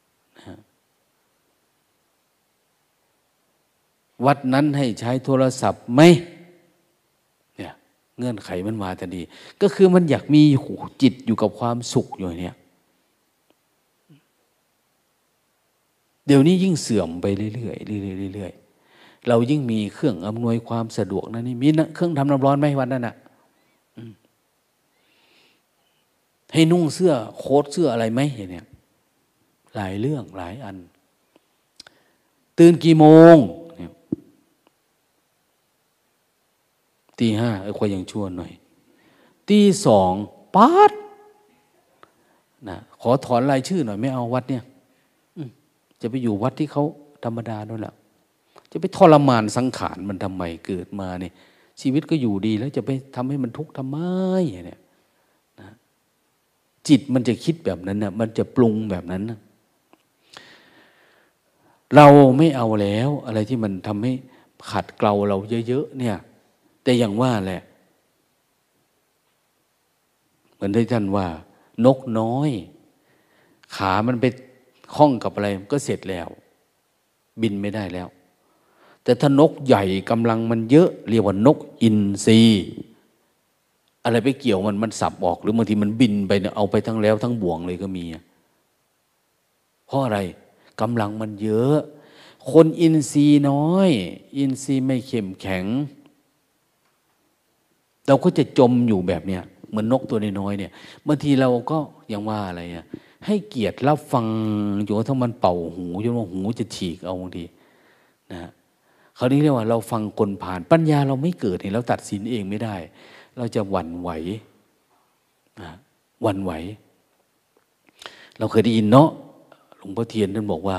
วัดนั้นให้ใช้โทรศัพท์ไหมเนี่ยเงื่อนไขมันมาแต่ดีก็คือมันอยากมีจิตอยู่กับความสุขอยู่เนี่ยเดี๋ยวนี้ยิ่งเสื่อมไปเรื่อยๆเรื่อยๆเรื่อยๆเรายิ่งมีเครื่องอำนวยความสะดวกนะนี่มีเครื่องทำน้ำร้อนไหมวันนั้นน่ะให้นุ่งเสื้อโค้ทเสื้ออะไรไหมเนี่ยหลายเรื่องหลายอันตื่นกี่โมงเนี่ยตีห้าไอ้ควายยังชั่วหน่อยตีสองป๊าดนะขอถอนรายชื่อหน่อยไม่เอาวัดเนี่ยจะไปอยู่วัดที่เขาธรรมดาด้วยแหละจะไปทรมานสังขารมันทำไมเกิดมาเนี่ยชีวิตก็อยู่ดีแล้วจะไปทำให้มันทุกข์ทำไมเนี่ยนะจิตมันจะคิดแบบนั้นนะมันจะปรุงแบบนั้นนะเราไม่เอาแล้วอะไรที่มันทำให้ขัดเกลาเราเยอะๆเนี่ยแต่อย่างว่าแหละเหมือนที่ท่านว่านกน้อยขามันไปคล้องกับอะไรก็เสร็จแล้วบินไม่ได้แล้วแต่ถ้านกใหญ่กำลังมันเยอะเรียกว่านกอินทรีอะไรไปเกี่ยวมันมันสับออกหรือบางทีมันบินไปเนี่ยเอาไปทั้งแล้วทั้งบ่วงเลยก็มีเพราะอะไรกำลังมันเยอะคนอินทรีย์น้อยอินทรีย์ไม่เข้มแข็งเราก็จะจมอยู่แบบเนี้ยเหมือนนกตัวน้อยๆเนี่ยบางทีเราก็ยังว่าอะไรอ่ะให้เกียรติรับฟังอยู่ถ้ามันเป่าหูจนว่าหูจะฉีกเอาบางทีนะคราวนี้เรียกว่าเราฟังคนผ่านปัญญาเราไม่เกิดเนี่ยเราตัดสินเองไม่ได้เราจะหวั่นไหวนะหวั่นไหวเราเคยได้ยินเนาะหลวงพ่อเทียนท่านบอกว่า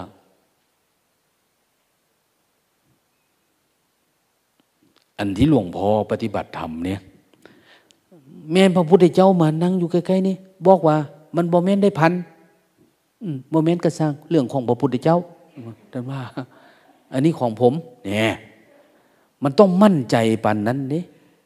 อันที่หลวงพ่อปฏิบัติธรรมเนี่ยแม่นพระพุทธเจ้ามานั่งอยู่ใกล้ๆนี่บอกว่ามันบ่แม่นได้พันบ่แม่นก็สร้างเรื่องของพระพุทธเจ้าท่านว่าอันนี้ของผมเนี่ยมันต้องมั่นใจปานนั้นเด้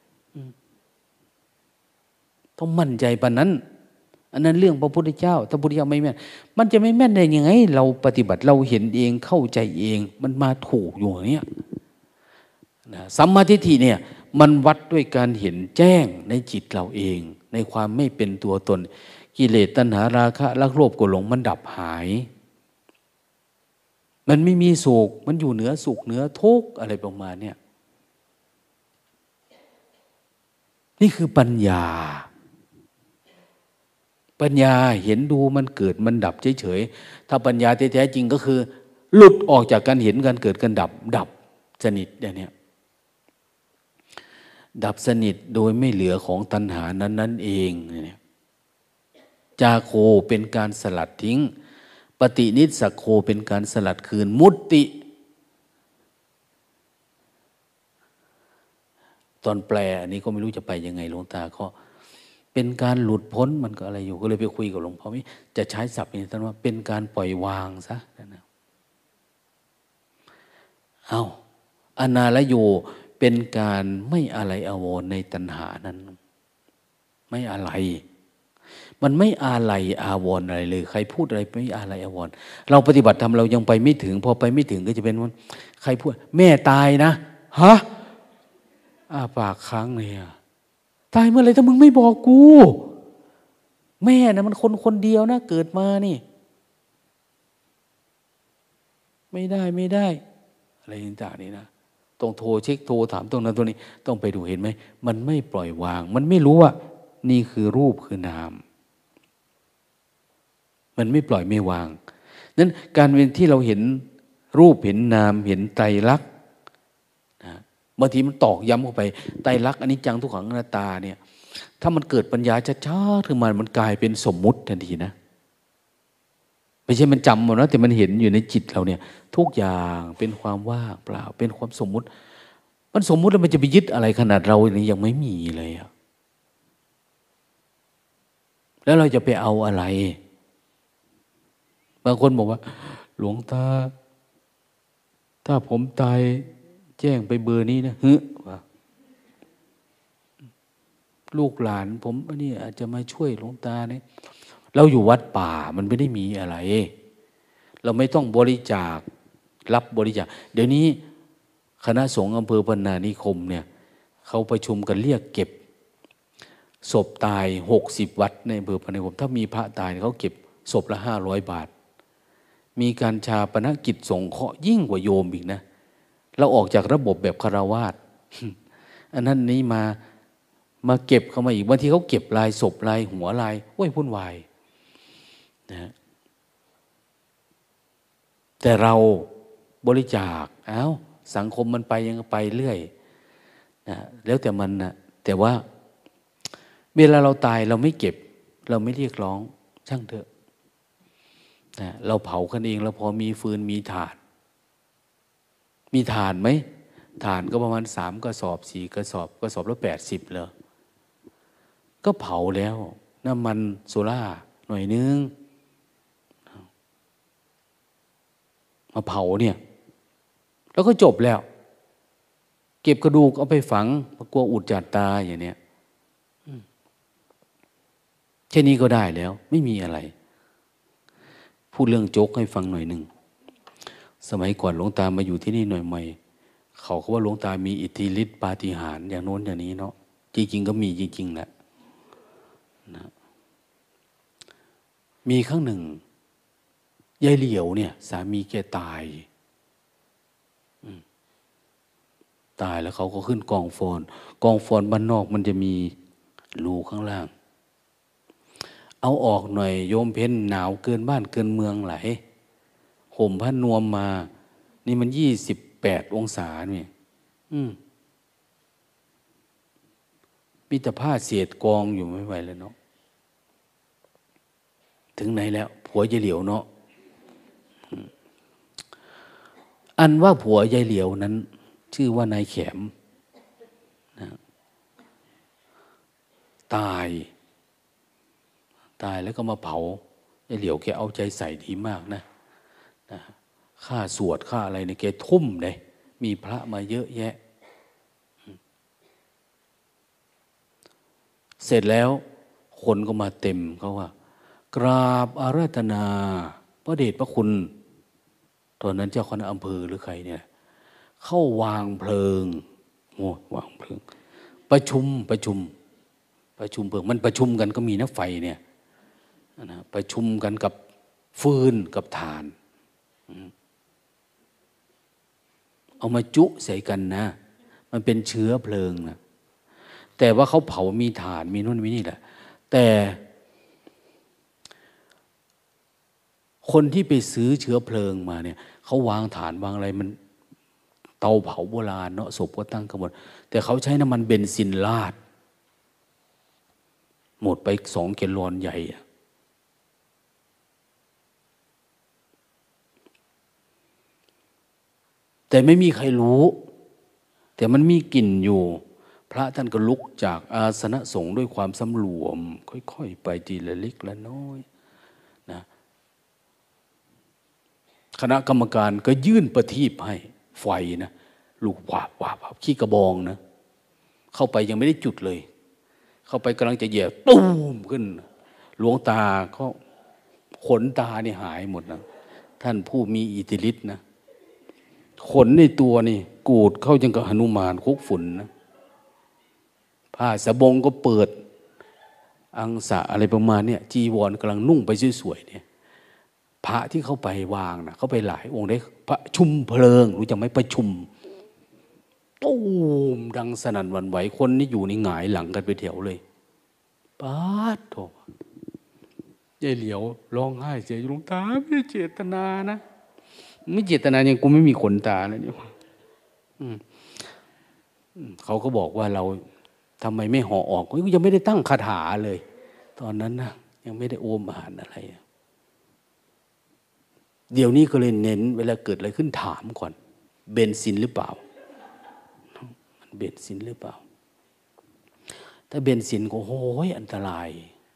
ต้องมั่นใจปานนั้นอันนั้นเรื่องพระพุทธเจ้าถ้าพระพุทธเจ้าไม่แม่นมันจะไม่แม่นได้ยังไงเราปฏิบัติเราเห็นเองเข้าใจเองมันมาถูกอยู่อย่างเนี้ยนะสัมมาทิฏฐิเนี่ยมันวัดด้วยการเห็นแจ้งในจิตเราเองในความไม่เป็นตัวตนกิเลสตัณหาราคะรักโลภโกรธหลงมันดับหายมันไม่มีสุขมันอยู่เหนือสุขเหนือทุกข์อะไรประมาณเนี้ยนี่คือปัญญาปัญญาเห็นดูมันเกิดมันดับเฉยๆถ้าปัญญาแท้ๆจริงก็คือหลุดออกจากการเห็นการเกิดการดับดับสนิทอย่างเนี้ยดับสนิทโดยไม่เหลือของตัณหานั้นนั่นเองเนี่ยจาโคเป็นการสลัดทิ้งปฏินิสสโคเป็นการสลัดคืนมุตติตอนแปลอันนี้ก็ไม่รู้จะไปยังไงหลวงตาก็เป็นการหลุดพ้นมันก็อะไรอยู่ก็เลยไปคุยกับหลวงพ่อมิจะใช้ศัพท์นี้ท่านว่าเป็นการปล่อยวางซะนะเอาอนาลโยเป็นการไม่อะไรอาวรณ์ในตัณหานั้นไม่อะไรมันไม่อะไรอาวรณ์อะไรเลยใครพูดอะไรไม่อะไรอาวรณ์เราปฏิบัติธรรมเรายังไปไม่ถึงพอไปไม่ถึงก็จะเป็นว่าใครพูดแม่ตายนะฮะอ้าปากค้างเลยอะตายเมื่อไรถ้ามึงไม่บอกกูแม่นะมันคนคนเดียวนะเกิดมานี่ไม่ได้ไม่ได้อะไรต่างๆนี่นะต้องโทรเช็คโทรถามตรงนั้นตรงนี้ต้องไปดูเห็นไหมมันไม่ปล่อยวางมันไม่รู้ว่านี่คือรูปคือนามมันไม่ปล่อยไม่วางนั้นการเวลาที่เราเห็นรูปเห็นนามเห็นไตรลักษณ์นะบางทีมันตอกย้ำเข้าไปไตรลักษณ์อนิจจังทุกขังอนัตตาเนี่ยถ้ามันเกิดปัญญาช้าๆขึ้นมามันกลายเป็นสมมุติทันทีนะไม่ใช่มันจำหมดนะแต่มันเห็นอยู่ในจิตเราเนี่ยทุกอย่างเป็นความว่างเปล่าเป็นความสมมุติมันสมมุติแล้วมันจะไปยึดอะไรขนาดเราเนี่ยยังไม่มีเลยอะแล้วเราจะไปเอาอะไรบางคนบอกว่าหลวงตาถ้าผมตายแจ้งไปเบอร์นี้นะฮึว่าลูกหลานผมอันนี้อาจจะมาช่วยหลวงตาเนี่ยเราอยู่วัดป่ามันไม่ได้มีอะไรเราไม่ต้องบริจาครับบริจาคเดี๋ยวนี้คณะสงฆ์อำเภอพนานิคมเนี่ยเขาประชุมกันเรียกเก็บศพตายหกสิบวัดในอำเภอพนานิคมถ้ามีพระตายเขาเก็บศพละห้าร้อยบาทมีการชาปนกิจสงเคราะห์ยิ่งกว่าโยมอีกนะเราออกจากระบบแบบคฤหัสถ์อันนั้นนี้มามาเก็บเข้ามาอีกบางทีเขาเก็บลายศพลายหัวลายโอ้ยวุ่นวายนะแต่เราบริจาคเอ้าสังคมมันไปยังไปเรื่อยนะแล้วแต่มันนะแต่ว่าเวลาเราตายเราไม่เก็บเราไม่เรียกร้องช่างเถอะนะเราเผากันเองเราพอมีฟืนมีถ่านมีถ่านไหมถ่านก็ประมาณสามกระสอบสี่กระสอบกระสอบละแปดสิบเลยก็เผาแล้วน้ำมันโซล่าหน่อยนึงมาเผาเนี่ยแล้วก็จบแล้วเก็บกระดูกเอาไปฝังกลัวอุดจาดตายอย่างเนี้ยแค่นี้ก็ได้แล้วไม่มีอะไรพูดเรื่องโจ๊กให้ฟังหน่อยหนึ่งสมัยก่อนหลวงตามาอยู่ที่นี่หน่อยใหม่เขาก็ว่าหลวงตามีอิทธิฤทธิปาฏิหาริย์อย่างโน้นอย่างนี้เนาะจริงๆก็มีจริงๆแหละนะมีครั้งหนึ่งยายเหลียวเนี่ยสามีแกตายตายแล้วเขาก็ขึ้นกองฟอนกองฟอนบ้านนอกมันจะมีรูข้างล่างเอาออกหน่อยโยมเพ้นหนาวเกินบ้านเกินเมืองไหลห่มผ้านวมมานี่มันยี่สิบแปดองศาเนี่ยอืมมีแต่ผ้าเศษกองอยู่ไม่ไหวแล้วเนาะถึงไหนแล้วผัวยายเหลียวเนาะอันว่าผัวยายเหลียวนั้นชื่อว่านายแขมนะตายตายแล้วก็มาเผายายเหลียวแกเอาใจใส่ดีมากนะนะค่าสวดค่าอะไรเนี่ยแกทุ่มเลยมีพระมาเยอะแยะเสร็จแล้วคนก็มาเต็มเขาว่ากราบอาราธนาพระเดชพระคุณตอนนั้นเจ้าคณะอำเภอหรือใครเนี่ยเข้าวางเพลิงโอ้วางเพลิงประชุมประชุมประชุมเพลิงมันประชุมกันก็มีนะไฟเนี่ยนะประชุมกันกับฟืนกับถ่านเอามาจุใส่กันนะมันเป็นเชื้อเพลิงนะแต่ว่าเขาเผามีถ่านมีนู่นมีนี่แหละแต่คนที่ไปซื้อเชื้อเพลิงมาเนี่ยเขาวางฐานวางอะไรมันเตาเผาโบราณเนาะศพก็ตั้งกันหมดแต่เขาใช้น้ำมันเบนซินราดหมดไปสองแกลลอนใหญ่แต่ไม่มีใครรู้แต่มันมีกลิ่นอยู่พระท่านก็ลุกจากอาสนะสงฆ์ด้วยความสำรวมค่อยๆไปทีละเล็กละน้อยนะคณะกรรมการก็ยื่นประทีปให้ไฟนะลูกวาบวาบวาบขี้กระบองนะเข้าไปยังไม่ได้จุดเลยเข้าไปกำลังจะเหยียบตูมขึ้นหลวงตาก็ขนตานี่หายหมดนะท่านผู้มีอิทธิฤทธิ์นะขนในตัวนี่กูดเข้ายังกับหนุมานคุกฝุ่นนะผ้าสบงก็เปิดอังสะอะไรประมาณเนี่ยจีวรกำลังนุ่งไปสวยๆเนี่ยพระที่เขาไปวางนะเขาไปหลายองค์ได้พระชุมเพลิงรู้จักไหมประชุมตูมดังสนั่นหวั่นไหวคนนี่อยู่ในหงายหลังกันไปแถวเลยป๊าดโถยายเหลียวร้องไห้เสียหลวงตาไม่ได้เจตนานะไม่เจตนายังกูไม่มีขนตาเลยเนี่ยเขาก็บอกว่าเราทำไมไม่ห่อออกก็ยังไม่ได้ตั้งคาถาเลยตอนนั้นนะยังไม่ได้โอมอ่านอะไรเดี๋ยวนี้ก็เลยเน้นเวลาเกิดอะไรขึ้นถามก่อนเบนซินหรือเปล่ามันเบนซินหรือเปล่าถ้าเบนซินก็โอ้ยอันตราย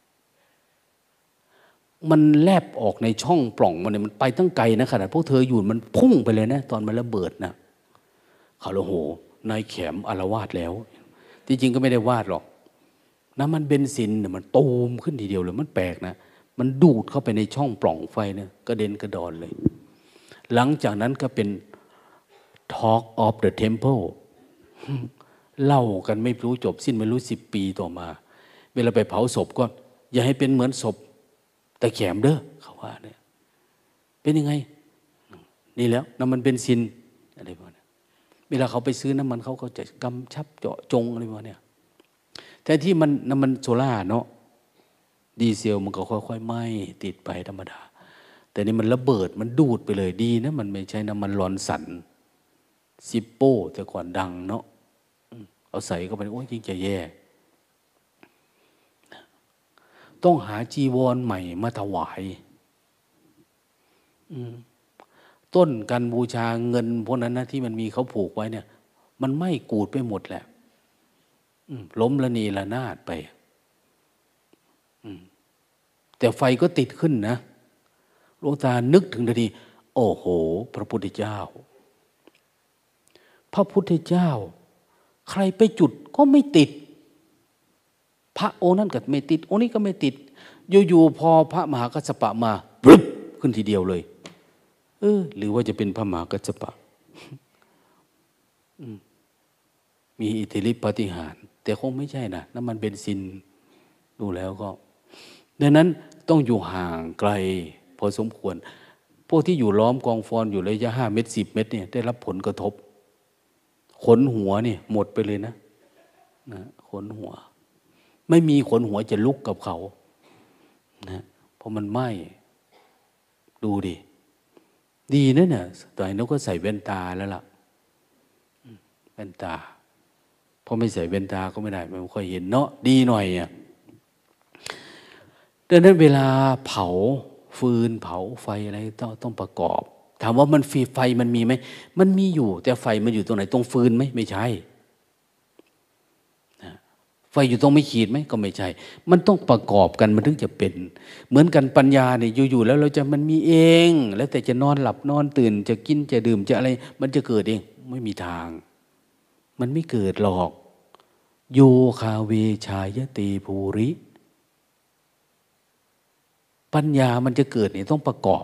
มันแลบออกในช่องปล่องมันเนี่ยมันไปตั้งไกลนะขนาดพวกเธออยู่มันพุ่งไปเลยนะตอนมันระเบิดนะเขาโอ้โหนายแขมอาละวาดแล้วที่จริงก็ไม่ได้วาดหรอกน้ำมันเบนซินเนี่ยมันตูมขึ้นทีเดียวเลยมันแปลกนะมันดูดเข้าไปในช่องปล่องไฟเนี่ยกระเด็นกระดอนเลยหลังจากนั้นก็เป็น Talk of the Temple เล่ากันไม่รู้จบสิ้นไม่รู้สิบปีต่อมาเวลาไปเผาศพก็อย่าให้เป็นเหมือนศพตะแขมเด้อเขาว่าเนี่ยเป็นยังไงนี่แล้วน้ำมันเบนซินอะไรประมาณนี้เวลาเขาไปซื้อน้ำมันเขาก็จะกำชับเจาะจงอะไรประมาณนี้แต่ที่มันน้ำมันโซล่าเนาะดีเซลมันก็ค่อยๆไหม้ติดไปธรรมดาแต่นี่มันระเบิดมันดูดไปเลยดีนะมันไม่ใช่น้ำมันร้อนสันซิปโป้แต่ก่อนดังเนาะเอาใส่เข้าไปโอ้ยยิ่งจะแย่ต้องหาจีวรใหม่มาถวายต้นการบูชาเงินพวกนั้นนะที่มันมีเขาผูกไว้เนี่ยมันไหม้กูดไปหมดแหละล้มละนีละนาดไปแต่ไฟก็ติดขึ้นนะหลวงตานึกถึงทันทีโอ้โหพระพุทธเจ้าพระพุทธเจ้าใครไปจุดก็ไม่ติดพระองค์นั้นก็ไม่ติดองค์นี้ก็ไม่ติดอยู่ๆพอพระมหากัสสปะมาปรึบขึ้นทีเดียวเลยเออหรือว่าจะเป็นพระมหากัสสปะมีอิทธิฤทธิปาฏิหาริย์แต่คงไม่ใช่นะน้ำมันเบนซินดูแล้วก็ดังนั้นต้องอยู่ห่างไกลพอสมควรพวกที่อยู่ล้อมกองฟอนอยู่ระยะห้าเมตรสิบเมตรเนี่ยได้รับผลกระทบขนหัวเนี่ยหมดไปเลยนะนะขนหัวไม่มีขนหัวจะลุกกับเขานะเพราะมันไหม้ดูดิดีนะเนี่ยตอนนั้นก็ใส่แว่นตาแล้วล่ะแว่นตาพอไม่ใส่แว่นตาก็ไม่ได้ไม่ค่อยเห็นเนาะดีหน่อยอ่ะดังนั้นเวลาเผาฟืนเผาไฟอะไรต้องต้องประกอบถามว่ามันฟีไฟมันมีไหมมันมีอยู่แต่ไฟมันอยู่ตรงไหนตรงฟืนไหมไม่ใช่ไฟอยู่ตรงไม่ขีดไหมก็ไม่ใช่มันต้องประกอบกันมันถึงจะเป็นเหมือนกันปัญญาเนี่ยอยู่ๆแล้วเราจะมันมีเองแล้วแต่จะนอนหลับนอนตื่นจะกินจะดื่มจะอะไรมันจะเกิดเองไม่มีทางมันไม่เกิดหรอกโยคาเวชายเตภูริปัญญามันจะเกิดเนี่ยต้องประกอบ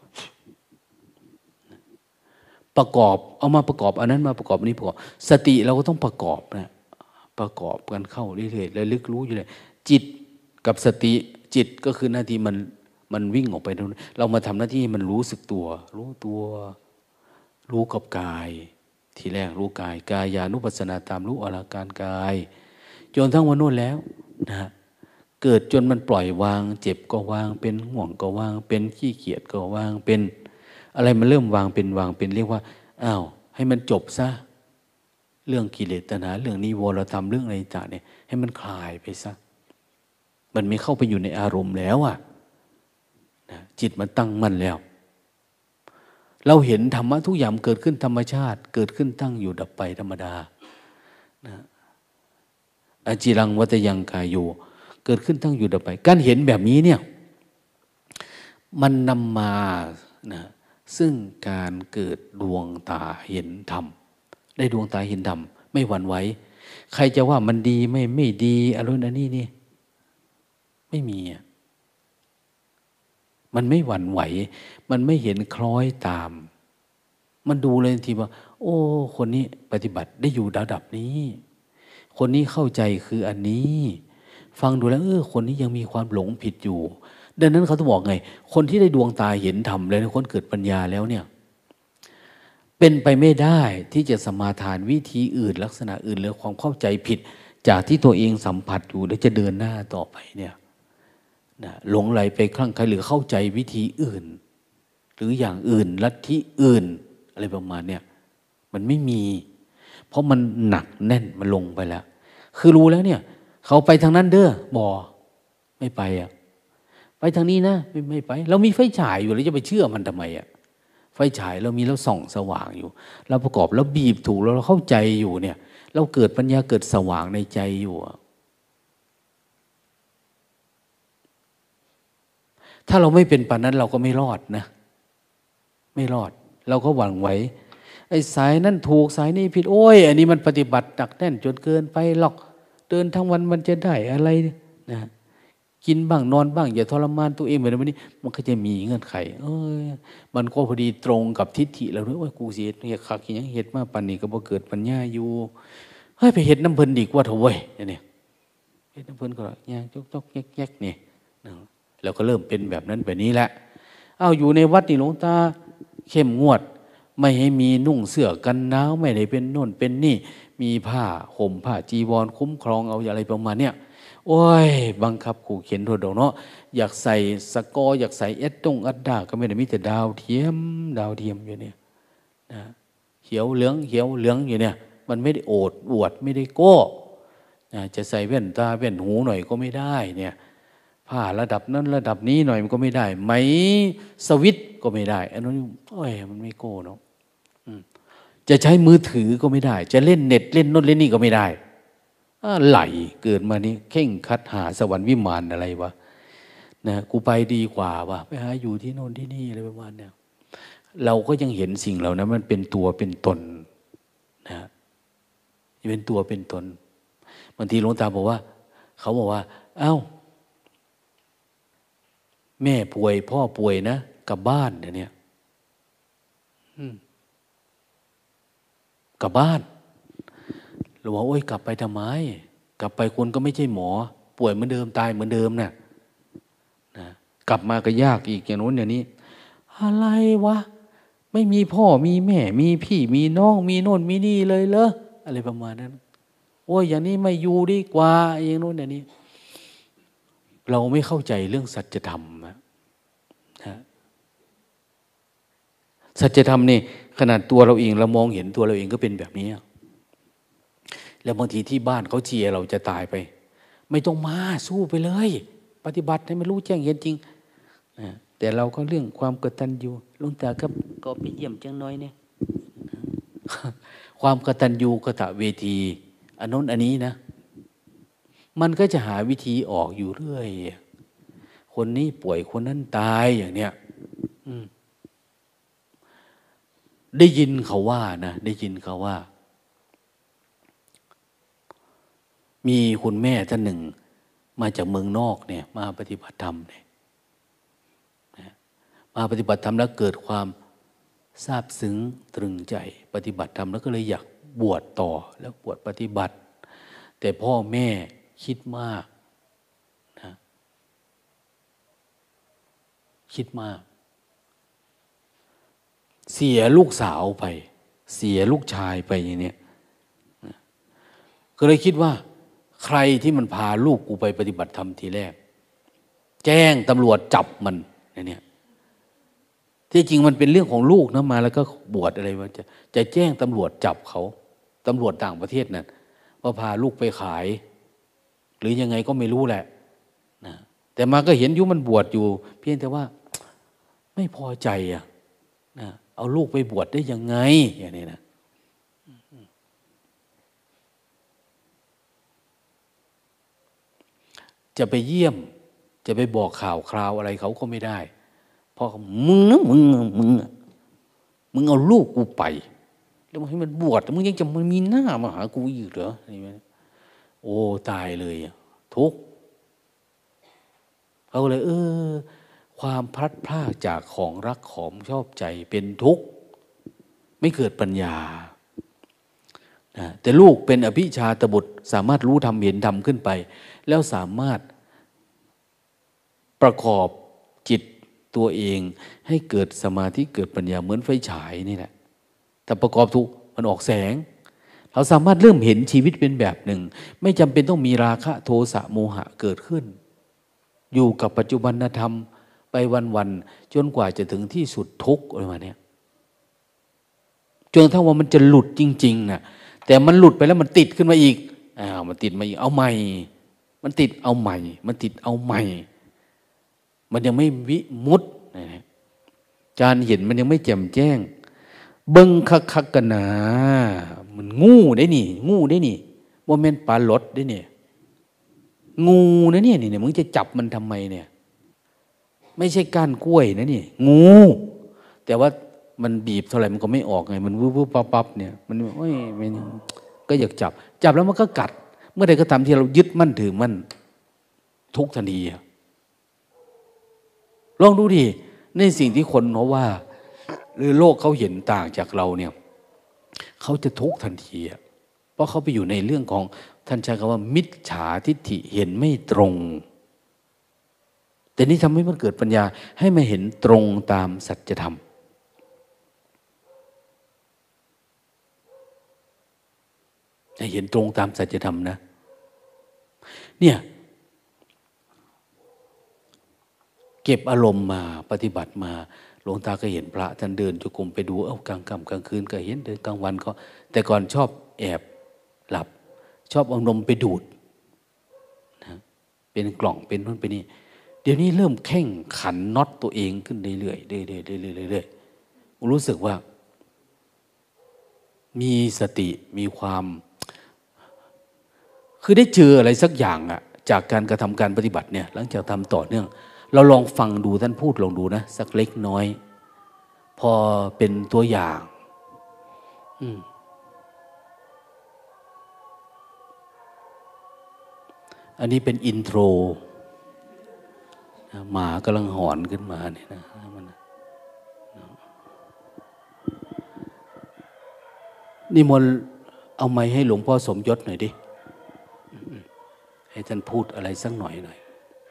ประกอบเอามาประกอบอันนั้นมาประกอบอันนี้ประกอบสติเราก็ต้องประกอบนะประกอบกันเข้าเรื่อยๆแล้วลึกรู้อยู่เลยจิตกับสติจิตก็คือหน้าที่มันมันวิ่งออกไปตรงนั้นเรามาทำหน้าที่มันรู้สึกตัวรู้ตัวรู้กับกายทีแรกรู้กายกายานุปัสสนาตามรู้อาการกายจนทั้งวันโน้นแล้วนะเกิดจนมันปล่อยวางเจ็บก็วางเป็นห่วงก็วางเป็นขี้เกียจก็วางเป็นอะไรมันเริ่มวางเป็นวางเป็นเรียกว่าอ้าวให้มันจบซะเรื่องกิเลสตัณหาเรื่องนิวรธรรมเรื่องอะไรต่างเนี่ยให้มันคลายไปซะมันไม่เข้าไปอยู่ในอารมณ์แล้วอ่ะนะจิตมันตั้งมั่นแล้วเราเห็นธรรมะทุกอย่างเกิดขึ้นธรรมชาติเกิดขึ้นตั้งอยู่ดับไปธรรมดานะอจิรังวัตยังกายโยเกิดขึ้นตั้งอยู่ดับไปการเห็นแบบนี้เนี่ยมันนำมานะซึ่งการเกิดดวงตาเห็นธรรมได้ดวงตาเห็นธรรมไม่หวั่นไหวใครจะว่ามันดีไม่ไม่ดีอะไรนั่นนี่นี่ไม่มีอ่ะมันไม่หวั่นไหวมันไม่เห็นคล้อยตามมันดูเลยทีว่าโอ้คนนี้ปฏิบัติได้อยู่ระดับนี้คนนี้เข้าใจคืออันนี้ฟังดูแล้วเออคนนี้ยังมีความหลงผิดอยู่ดังนั้นเขาต้องบอกไงคนที่ได้ดวงตาเห็นธรรมแล้วคนเกิดปัญญาแล้วเนี่ยเป็นไปไม่ได้ที่จะสมาทานวิธีอื่นลักษณะอื่นหรือความเข้าใจผิดจากที่ตัวเองสัมผัสอยู่แล้วจะเดินหน้าต่อไปเนี่ยนะหลงไหลไปคลั่งไคล้หรือเข้าใจวิธีอื่นหรืออย่างอื่นลัทธิอื่นอะไรประมาณเนี่ยมันไม่มีเพราะมันหนักแน่นมันลงไปแล้วคือรู้แล้วเนี่ยเขาไปทางนั้นเด้อบอไม่ไปอ่ะไปทางนี้นะไม่ไม่ไปเรามีไฟฉายอยู่แล้วจะไปเชื่อมันทำไมอ่ะไฟฉายเรามีแล้วส่องสว่างอยู่เราประกอบแล้วบีบถูกแล้วเราเข้าใจอยู่เนี่ยเราเกิดปัญญาเกิดสว่างในใจอยู่ถ้าเราไม่เป็นปานนั้นเราก็ไม่รอดนะไม่รอดเราก็หวั่นไหวไอ้สายนั่นถูกสายนี้ผิดโอ้ยอันนี้มันปฏิบัติหนักแน่นจนเกินไปหรอกเดินทั้งวันมันจะได้อะไรนะกินบ้างนอนบ้างอย่าทรมานตัวเองเหมือนวันนี้มันก็จะมีเงื่อนไขเอ้ยมันก็พอดีตรงกับทิฏฐิเราด้วยว่ากูเสียเหตุขักอย่างเหตุมาปันนี้ก็บ่เกิดปัญญาอยู่เฮ้ยไปเห็ดน้ำเพลินดีกว่าเถอะเว้ยเนี่ยเห็ดน้ำเพลินก็ย่างจกจกแยกแยกนี่เราก็เริ่มเป็นแบบนั้นแบบนี้แหละอ้าวอยู่ในวัดนี่หลวงตาเข้มงวดไม่ให้มีนุ่งเสื้อกันหนาวไม่ได้เป็นโน่นเป็นนี่มีผ้าห่มผ้าจีวรคุ้มครองเอาอะไรประมาณเนี้ยโอ้ยบังคับขู่เข็นโทษดอกเนาะอยากใส่สกออยากใส่เอสตงอัดดาก็ไม่ได้มีแต่ดาวเทียมดาวเทียมอยู่เนี่ยนะเขียวเหลืองเขียวเหลืองอยู่เนี่ยมันไม่ได้โอดอวดไม่ได้โก้นะจะใส่แว่นตาแว่นหูหน่อยก็ไม่ได้เนี่ยผ้าระดับนั้นระดับนี้หน่อยมันก็ไม่ได้ไหมสวิตก็ไม่ได้อันนั้นโอ้ยมันไม่โก้เนาะจะใช้มือถือก็ไม่ได้จะเล่นเน็ตเล่นโน่นเล่นนี่ก็ไม่ได้ไหลเกิดมานี่เข่งคัดหาสวรรค์วิมานอะไรวะนะกูไปดีกว่าวะไปหาอยู่ที่โน่นที่นี่อะไรประมาณเนี่ยเราก็ยังเห็นสิ่งเหล่านั้นมันเป็นตัวเป็นตนนะเป็นตัวเป็นตนบางทีหลวงตาบอกว่าเขาบอกว่าเอ้าแม่ป่วยพ่อป่วยนะกลับบ้านเดี๋ยวนี้กลับบ้านเราบอกโอ้ยกลับไปทำไมกลับไปคนก็ไม่ใช่หมอป่วยเหมือนเดิมตายเหมือนเดิมน่ะนะกลับมาก็ยากอีกอย่างโน้นอย่างนี้อะไรวะไม่มีพ่อมีแม่มีพี่มีน้องมีโน่นมีนี่เลยเหรออะไรประมาณนั้นโอ้ยอย่างนี้ไม่อยู่ดีกว่าอย่างโน้นอย่างนี้เราไม่เข้าใจเรื่องสัจธรรมนะสัจธรรมนี่ขนาดตัวเราเองเรามองเห็นตัวเราเองก็เป็นแบบนี้แล้วบางทีที่บ้านเขาเชียร์เราจะตายไปไม่ต้องมาสู้ไปเลยปฏิบัติให้มันรู้แจ้งเห็นจริงแต่เราก็เรื่องความกตัญญูหลวงตาก็ก็ไปเยี่ยมจังน้อยเนี่ยความกตัญญูกตเวทีอันโน้นอันนี้นะมันก็จะหาวิธีออกอยู่เรื่อยคนนี้ป่วยคนนั้นตายอย่างเนี้ยได้ยินเขาว่านะได้ยินเขาว่ามีคุณแม่ท่านหนึ่งมาจากเมืองนอกเนี่ยมาปฏิบัติธรรมเนี่ยมาปฏิบัติธรรมแล้วเกิดความซาบซึ้งตรึงใจปฏิบัติธรรมแล้วก็เลยอยากบวชต่อแล้วบวชปฏิบัติแต่พ่อแม่คิดมากนะคิดมากเสียลูกสาวไปเสียลูกชายไปอย่างเนี้ยก็เลยคิดว่าใครที่มันพาลูกกูไปปฏิบัติธรรมทีแรกแจ้งตำรวจจับมันเนี่ยที่จริงมันเป็นเรื่องของลูกนะมาแล้วก็บวชอะไรวะจะจะแจ้งตำรวจจับเขาตำรวจต่างประเทศนั่นว่าพาลูกไปขายหรือยังไงก็ไม่รู้แหละนะแต่มาก็เห็นยุมันบวชอยู่เพียงแต่ว่าไม่พอใจอ่ะนะเอาลูกไปบวชได้ยังไงอย่างนี้นะจะไปเยี่ยมจะไปบอกข่าวคราวอะไรเขาก็ไม่ได้เพราะมึงนะมึงมึงมึงเอาลูกกูไปแล้วให้มันบวชมึงยังจะมันมีหน้ามาหากูอีกเหรอโอ้ตายเลยทุกข์เขาเลยเออความพลัดพรากจากของรักของชอบใจเป็นทุกข์ไม่เกิดปัญญานะแต่ลูกเป็นอภิชาตบุตรสามารถรู้ธรรมเห็นธรรมขึ้นไปแล้วสามารถประกอบจิตตัวเองให้เกิดสมาธิเกิดปัญญาเหมือนไฟฉายนี่แหละแต่ประกอบถูกมันออกแสงเราสามารถเริ่มเห็นชีวิตเป็นแบบหนึ่งไม่จำเป็นต้องมีราคะโทสะโมหะเกิดขึ้นอยู่กับปัจจุบันธรรมไปวันๆจนกว่าจะถึงที่สุดทุกข์อะไรมาเนี่ยจนถ้าว่ามันจะหลุดจริงๆนะแต่มันหลุดไปแล้วมันติดขึ้นมาอีกอ้าวมันติดมาอีกเอาใหม่มันติดเอาใหม่มันติดเอาใหม่มันยังไม่วิมุตตินะการเห็นมันยังไม่แจ่มแจ้งเบิ่งคักคักกันนะมันงูได้นี่งูได้นี่ว่าแม่นปลาลดได้นี่งูนะเนี่ยนี่มึงจะจับมันทำไมเนี่ยไม่ใช่ก้านกล้วยนะนี่งูแต่ว่ามันบีบเท่าไหร่มันก็ไม่ออกไงมันวุบวุบปั๊บปั๊บเนี่ยมันโอ้ยมันก็อยากจับจับแล้วมันก็กัดเมื่อใดก็ตามที่เรายึดมั่นถือมั่นทุกทันทีลองดูดิในสิ่งที่คนเขาว่าหรือโลกเขาเห็นต่างจากเราเนี่ยเขาจะทุกข์ทันทีเพราะเขาไปอยู่ในเรื่องของท่านใช้คำว่ามิจฉาทิฏฐิเห็นไม่ตรงแต่นี้ทำให้มันเกิดปัญญาให้มาเห็นตรงตามสัจธรรมให้เห็นตรงตามสัจธรรมนะเนี่ยเก็บอารมณ์มาปฏิบัติมาหลวงตาก็เห็นพระท่านเดินจุกรมไปดูเอ้ากลางค่ำกลางคืนก็เห็นเดินกลางวันก็แต่ก่อนชอบแอบหลับชอบเอานมไปดูดนะเป็นกล่องเป็นนู่นเป็นนี่เดี๋ยวนี้เริ่มแข่งขันน็อตตัวเองขึ้นเรื่อยๆเรื่อยๆเรื่อยๆเรื่อยๆรู้สึกว่ามีสติมีความคือได้เจออะไรสักอย่างอะจากการกระทำการปฏิบัติเนี่ยหลังจากทำต่อเนื่องเราลองฟังดูท่านพูดลองดูนะสักเล็กน้อยพอเป็นตัวอย่างอืมอันนี้เป็นอินโทรหมากำลังหอนขึ้นมาเนี่ยนะมันนิมนต์เอาไม้ให้หลวงพ่อสมยศหน่อยดิให้ท่านพูดอะไรสักหน่อยหน่อย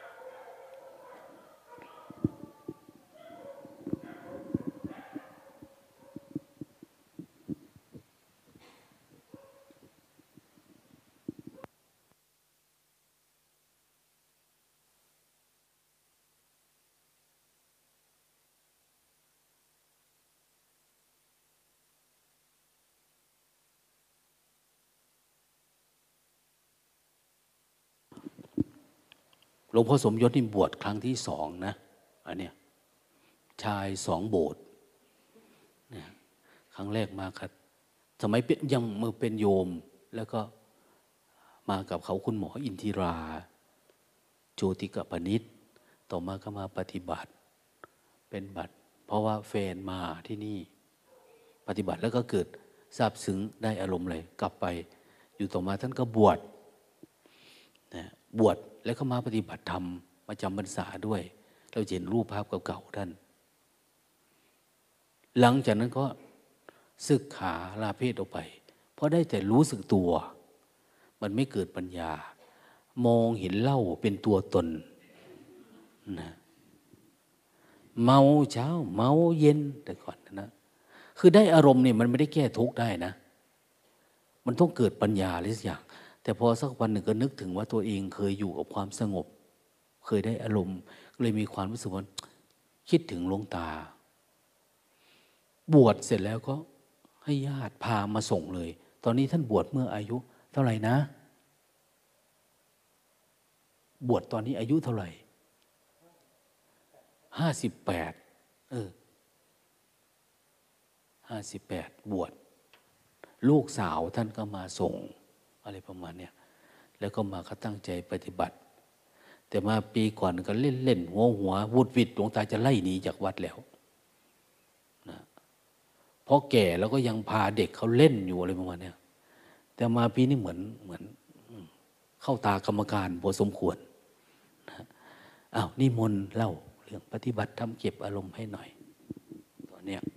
หลวงพ่อสมยศนี่บวชครั้งที่สองนะอันเนี้ยชายสองโบสถ์เนี่ยครั้งแรกมาครับสมัยเป็นยังมือเป็นโยมแล้วก็มากับเขาคุณหมออินทิราโจติกปนิชต่อมาก็มาปฏิบัติเป็นบัตรเพราะว่าแฟนมาที่นี่ปฏิบัติแล้วก็เกิดซาบซึ้งได้อารมณ์เลยกลับไปอยู่ต่อมาท่านก็บวชนะบวชแล้วก็มาปฏิบัติธรรมมาจำพรรษาด้วยเราเห็นรูปภาพเก่าๆท่านหลังจากนั้นก็สึกขาลาเพศออกไปเพราะได้แต่รู้สึกตัวมันไม่เกิดปัญญามองเห็นเหล้าเป็นตัวตนนะเมาเช้าเมาเย็นแต่ก่อนนะคือได้อารมณ์เนี่ยมันไม่ได้แก้ทุกข์ได้นะมันต้องเกิดปัญญาหรือสักอย่างแต่พอสักวันหนึ่งก็นึกถึงว่าตัวเองเคยอยู่กับความสงบเคยได้อารมณ์เลยมีความรู้สึกว่าคิดถึงหลวงตาบวชเสร็จแล้วก็ให้ญาติพามาส่งเลยตอนนี้ท่านบวชเมื่ออายุเท่าไหร่นะบวชตอนนี้อายุเท่าไหร่ห้าสิบแปดเออห้าสิบแปดบวชลูกสาวท่านก็มาส่งอะไรประมาณเนี้ยแล้วก็มาเขาตั้งใจปฏิบัติแต่มาปีก่อนก็เล่นเล่นหัวหัววุดวิดหลวงตาจะไล่หนีจากวัดแล้วนะเพราะแก่แล้วก็ยังพาเด็กเขาเล่นอยู่อะไรประมาณเนี้ยแต่มาปีนี้เหมือนเหมือนเข้าตากรรมการพอสมควรนะอ้าวนิมนต์เล่าเรื่องปฏิบัติทำเก็บอารมณ์ให้หน่อยตอนเนี้ย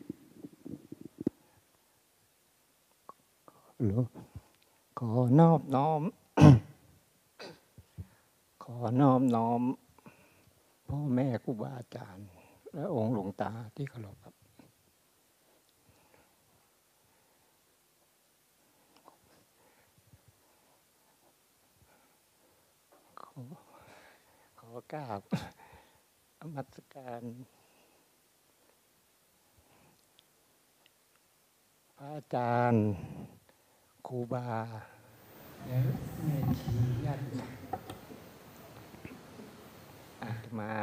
ขอนอบน้อม ขอนอบน้อมพ่อแม่ครูบาอาจารย์และองค์หลวงตาที่เคารพครับขอขอกราบนมัสการพระอาจารย์ครูบาและแม่ชีญาติอาตมา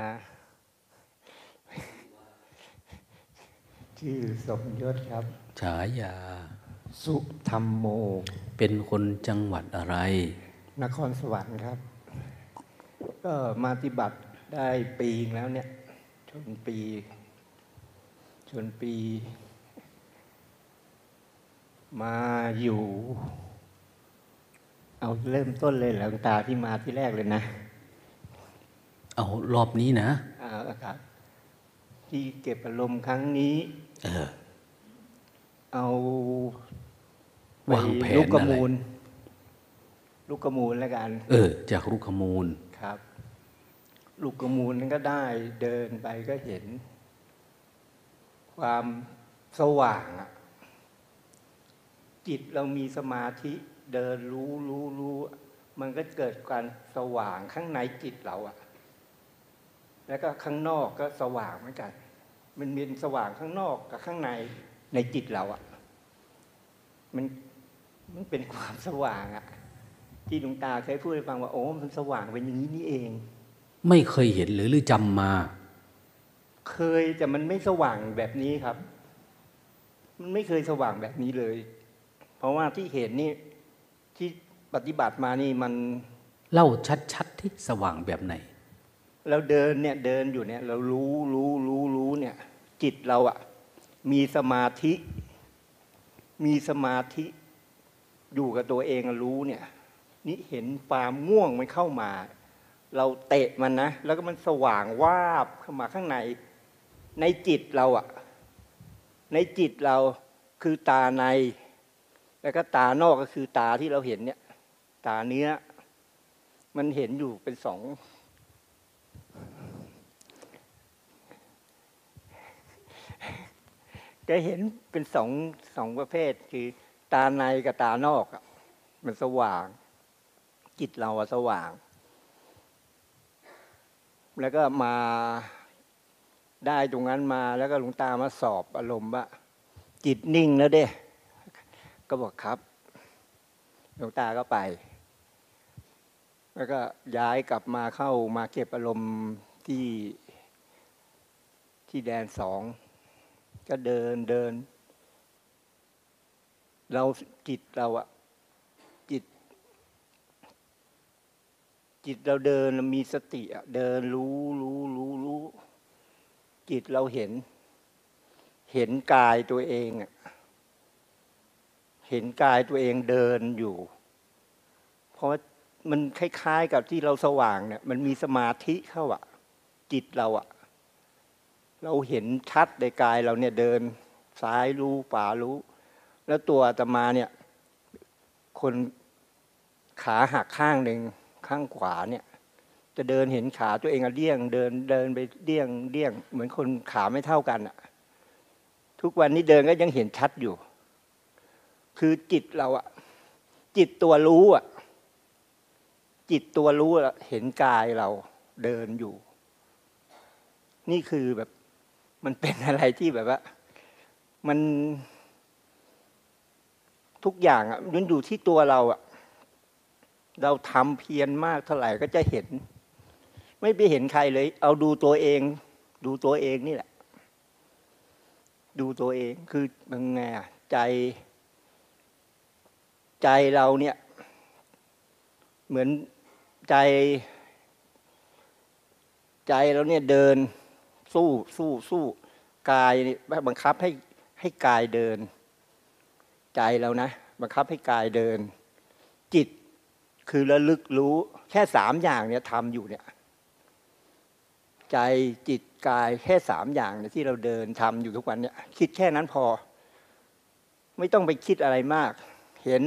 ชื่อสมยศครับฉายาสุธรรมโมเป็นคนจังหวัดอะไรนครสวรรค์ครับก็มาปฏิบัติได้ปีแล้วเนี่ยชนปีชนปีมาอยู่เอาเริ่มต้นเลยหลวงตาที่มาที่แรกเลยนะเอารอบนี้นะอ่าครับที่เก็บอารมณ์ครั้งนี้เออเอาวางแผนลูกกระมูลลูกกระมูลแล้วกันเออจากลูกกระมูลครับลูกกระมูลนั้นก็ได้เดินไปก็เห็นความสว่างอ่ะจิตเรามีสมาธิเดินรู้รู้รู้มันก็เกิดการสว่างข้างในจิตเราอ่ะแล้วก็ข้างนอกก็สว่างเหมือนกันมันมีสว่างข้างนอกกับข้างในในจิตเราอ่ะมันมันเป็นความสว่างอ่ะที่หลวงตาเคยพูดให้ฟังว่าโอ้มันสว่างเป็นอย่างนี้นี่เองไม่เคยเห็นหรือหรือจำมาเคยแต่มันไม่สว่างแบบนี้ครับมันไม่เคยสว่างแบบนี้เลยเพราะว่าที่เห็นนี่ที่ปฏิบัติมานี่มันเล่าชัดๆที่สว่างแบบไหนเราเดินเนี่ยเดินอยู่เนี่ยเรารู้รู้รู้รู้เนี่ยจิตเราอ่ะมีสมาธิมีสมาธิอยู่กับตัวเองรู้เนี่ยนี่เห็นความง่วงมันเข้ามาเราเตะมันนะแล้วก็มันสว่างวาบเข้ามาข้างในในจิตเราอ่ะในจิตเราคือตาในแล้วก็ตานอกก็คือตาที่เราเห็นเนี่ยตาเนื้อมันเห็นอยู่เป็นสองก็เห็นเป็นสองสองประเภทคือตาในกับตานอกอ่ะมันสว่างจิตเราอะสว่างแล้วก็มาได้ตรงนั้นมาแล้วก็หลวงตามาสอบอารมณ์ว่าจิตนิ่งแล้วเด้ก็บอกครับหลวงตาก็ไปแล้วก็ย้ายกลับมาเข้ามาเก็บอารมณ์ที่ที่แดนสองก็เดินเดินเราจิตเราอะจิตจิตเราเดินมีสติอะเดินรู้รู้รู้รู้จิตเราเห็นเห็นกายตัวเองอะเห็นกายตัวเองเดินอยู่เพราะมันคล้ายๆกับที่เราสว่างเนี่ยมันมีสมาธิเข้าอะจิตเราอะเราเห็นชัดในกายเราเนี่ยเดินซ้ายรู้ขวารู้แล้วตัวอาตมาเนี่ยคนขาหักข้างหนึ่งข้างขวาเนี่ยจะเดินเห็นขาตัวเองอะเดี่ยงเดินเดินไปเดี่ยงเดี่ยงเหมือนคนขาไม่เท่ากันอะทุกวันนี้เดินก็ยังเห็นชัดอยู่คือจิตเราอะจิตตัวรู้อะจิตตัวรู้อะเห็นกายเราเดินอยู่นี่คือแบบมันเป็นอะไรที่แบบว่ามันทุกอย่างอ่ะมันอยู่ที่ตัวเราอ่ะเราทำเพียรมากเท่าไหร่ก็จะเห็นไม่ไปเห็นใครเลยเอาดูตัวเองดูตัวเองนี่แหละดูตัวเองคือยังไงอ่ะใจใจเราเนี่ยเหมือนใจใจเราเนี่ยเดินสู้สู้สู้กายนี่บังคับให้ให้กายเดินใจเรานะบังคับให้กายเดินจิตคือระลึกรู้แค่สามอย่างเนี่ยทำอยู่เนี่ยใจจิตกายแค่สามอย่างเนี่ยที่เราเดินทำอยู่ทุกวันเนี่ยคิดแค่นั้นพอไม่ต้องไปคิดอะไรมากเห็น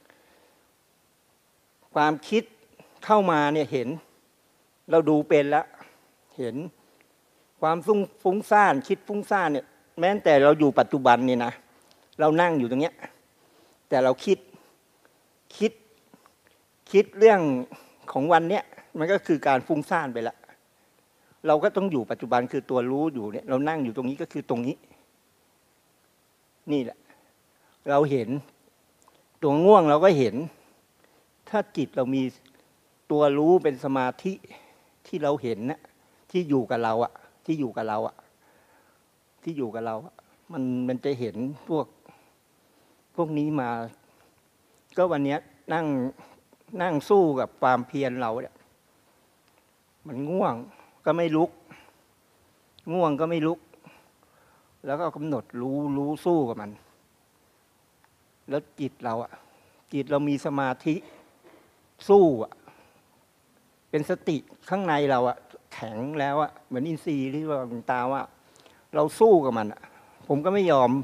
ความคิดเข้ามาเนี่ยเห็นเราดูเป็นแล้วเห็นความฟุ้งฟุ้งซ่านคิดฟุ้งซ่านเนี่ยแม้แต่เราอยู่ปัจจุบันนี่นะเรานั่งอยู่ตรงเนี้ยแต่เราคิดคิดคิดเรื่องของวันเนี้ยมันก็คือการฟุ้งซ่านไปละเราก็ต้องอยู่ปัจจุบันคือตัวรู้อยู่เนี่ยเรานั่งอยู่ตรงนี้ก็คือตรงนี้นี่แหละเราเห็นตัวง่วงเราก็เห็นถ้าจิตเรามีตัวรู้เป็นสมาธิที่เราเห็นนะที่อยู่กับเราอะที่อยู่กับเราอะที่อยู่กับเราอะมันมันจะเห็นพวกพวกนี้มาก็วันนี้นั่งนั่งสู้กับความเพียรเราเนี่ยมันง่วงก็ไม่ลุกง่วงก็ไม่ลุกแล้วก็กำหนดรู้รู้สู้กับมันแล้วจิตเราอะจิตเรามีสมาธิสู้อะเป็นสติข้างในเราอะแข็งแล้วอะเหมือนอินทรีย์ที่ว่าหลวงตาว่าเราสู้กับมันอะผมก็ไม่ยอม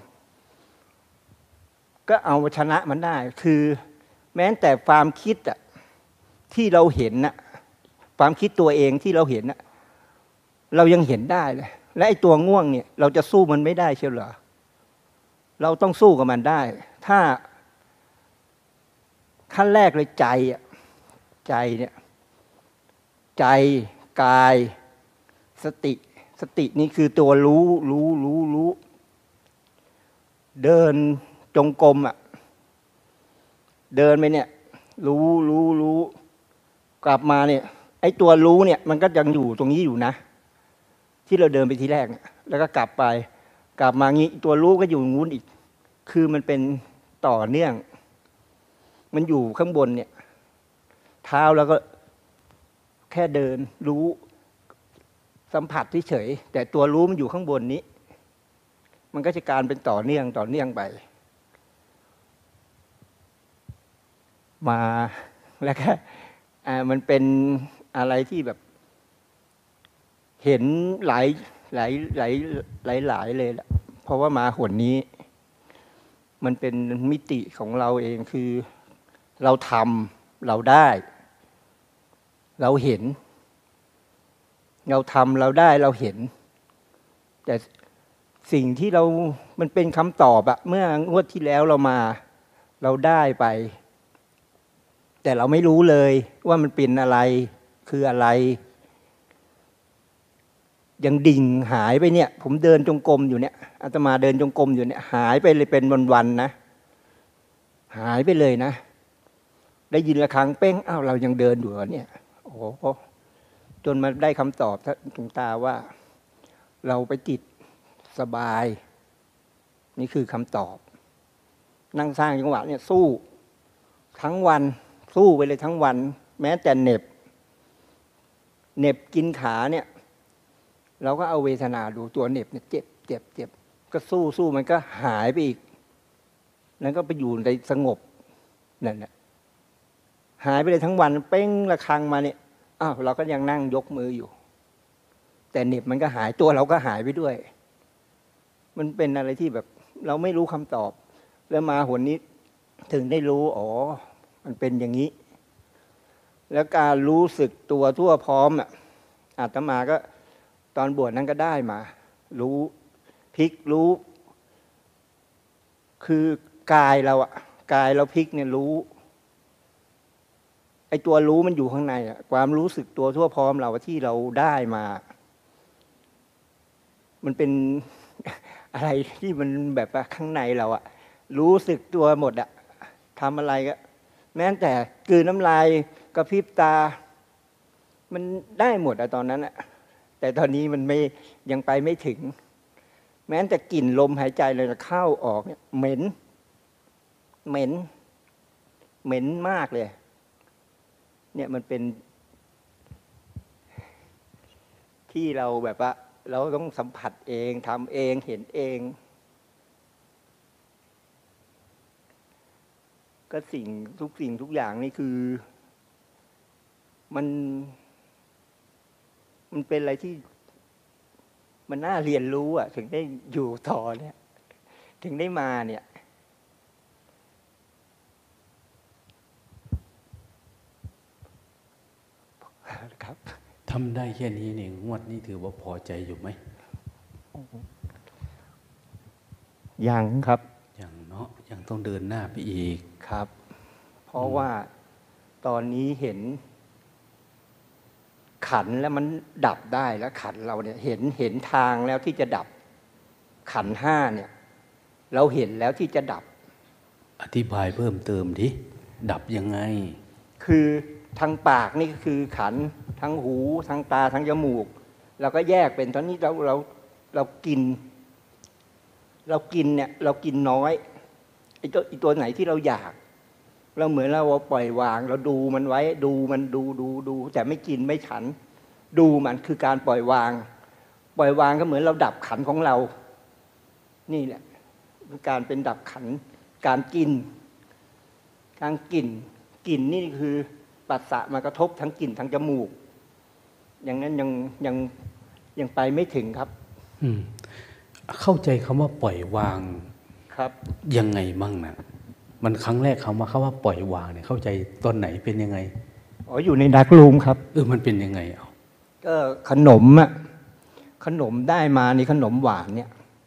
ก็เอาชนะมันได้คือแม้แต่ความคิดอะที่เราเห็นน่ะความคิดตัวเองที่เราเห็นน่ะเรายังเห็นได้เลยและไอ้ตัวง่วงเนี่ยเราจะสู้มันไม่ได้เชียวเหรอเราต้องสู้กับมันได้ถ้าขั้นแรกเลยใจอะใจเนี่ยใจกายสติสตินี่คือตัวรู้รู้รู้รู้เดินจงกรมอ่ะเดินไปเนี่ยรู้รู้รู้กลับมาเนี่ยไอ้ตัวรู้เนี่ยมันก็ยังอยู่ตรงนี้อยู่นะที่เราเดินไปทีแรกแล้วก็กลับไปกลับมางี้ตัวรู้ก็อยู่งู้นอีกคือมันเป็นต่อเนื่องมันอยู่ข้างบนเนี่ยเท้าแล้วก็แค่เดินรู้สัมผัสเฉยๆแต่ตัวรู้มันอยู่ข้างบนนี้มันก็จะการเป็นต่อเนื่องต่อเนื่องไปมาแล้วก็อ่ามันเป็นอะไรที่แบบเห็นหลายหลายหลายหลายหลายเลยละเพราะว่ามาหนนี้มันเป็นมิติของเราเองคือเราทำเราได้เราเห็นเราทำเราได้เราเห็นแต่สิ่งที่เรามันเป็นคำตอบอะเมื่องวดที่แล้วเรามาเราได้ไปแต่เราไม่รู้เลยว่ามันเป็นอะไรคืออะไรยังดิ่งหายไปเนี่ยผมเดินจงกรมอยู่เนี่ยอาตมาเดินจงกรมอยู่เนี่ยหายไปเลยเป็นวันๆนะหายไปเลยนะได้ยินระฆังเป้งอ้าวเรายังเดินอยู่เนี่ยโอ้โหจนมาได้คำตอบหลวงตาว่าเราไปติดสบายนี่คือคำตอบนั่งสร้างจังหวะเนี่ยสู้ทั้งวันสู้ไปเลยทั้งวันแม้แต่เหน็บเหน็บกินขาเนี่ยเราก็เอาเวทนาดูตัวเหน็บเนี่ยเจ็บเจ็บเจ็บก็สู้สู้มันก็หายไปอีกแล้วก็ไปอยู่ในสงบนั่นแหละหายไปเลยทั้งวันเป้งระฆังมาเนี่ยอ้าวเราก็ยังนั่งยกมืออยู่แต่เหน็บมันก็หายตัวเราก็หายไปด้วยมันเป็นอะไรที่แบบเราไม่รู้คำตอบแล้วมาหนนี้ถึงได้รู้อ๋อมันเป็นอย่างนี้แล้วการรู้สึกตัวทั่วพร้อมอ่ะอาตมาก็ตอนบวชนั้นก็ได้มารู้พลิกรู้คือกายเราอะกายเราพลิกเนี่ยรู้ไอ้ตัวรู้มันอยู่ข้างในอะความรู้สึกตัวทั่วพร้อมเราที่เราได้มา มันเป็น อะไรที่มันแบบว่าข้างในเราอะรู้สึกตัวหมดอะทำอะไรก็แม้แต่กลืนน้ำลายกระพริบตา มันได้หมดอะตอนนั้นอะแต่ตอนนี้มันไม่ยังไปไม่ถึง แม้แต่กลิ่นลมหายใจเลยเข้าออกเนี่ยเหม็นเหม็นเหม็นมากเลยเนี่ยมันเป็นที่เราแบบว่าเราต้องสัมผัสเองทำเองเห็นเองก็สิ่งทุกสิ่งทุกอย่างนี่คือมันมันเป็นอะไรที่มันน่าเรียนรู้อ่ะถึงได้อยู่ต่อเนี่ยถึงได้มาเนี่ยครับทำได้แค่นี้เนี่ยงวดนี้ถือว่าพอใจอยู่ไหมยังครับยังเนาะยังต้องเดินหน้าไปอีกครับเพราะว่าตอนนี้เห็นขันแล้วมันดับได้แล้วขันเราเนี่ยเห็นเห็นทางแล้วที่จะดับขันห้าเนี่ยเราเห็นแล้วที่จะดับอธิบายเพิ่มเติมดิดับยังไงคือทางปากนี่คือขันทั้งหูทั้งตาทั้งจมูกเราก็แยกเป็นตอนนี้เราเราเรากินเรากินเนี่ยเรากินน้อยไอ้ตัวไอ้ตัวไหนที่เราอยากเราเหมือนเราปล่อยวางเราดูมันไว้ดูมันดูดูดูแต่ไม่กินไม่ฉันดูมันคือการปล่อยวางปล่อยวางก็เหมือนเราดับขันของเรานี่แหละการเป็นดับขันการกินการกินกินนี่คือปัสสะมากระทบทั้งกลิ่นทั้งจมูกอย่างนั้นยังยังยังไปไม่ถึงครับอืมเข้าใจคำว่าปล่อยวางครับยังไงมั่งนะมันครั้งแรกคำว่าคำว่าปล่อยวางเนี่ยเข้าใจตอนไหนเป็นยังไงอ๋ออยู่ในดักรูมครับเออมันเป็นยังไงเอาก็ขนมอะขนมได้มานี่ขนมหวานเนี่ย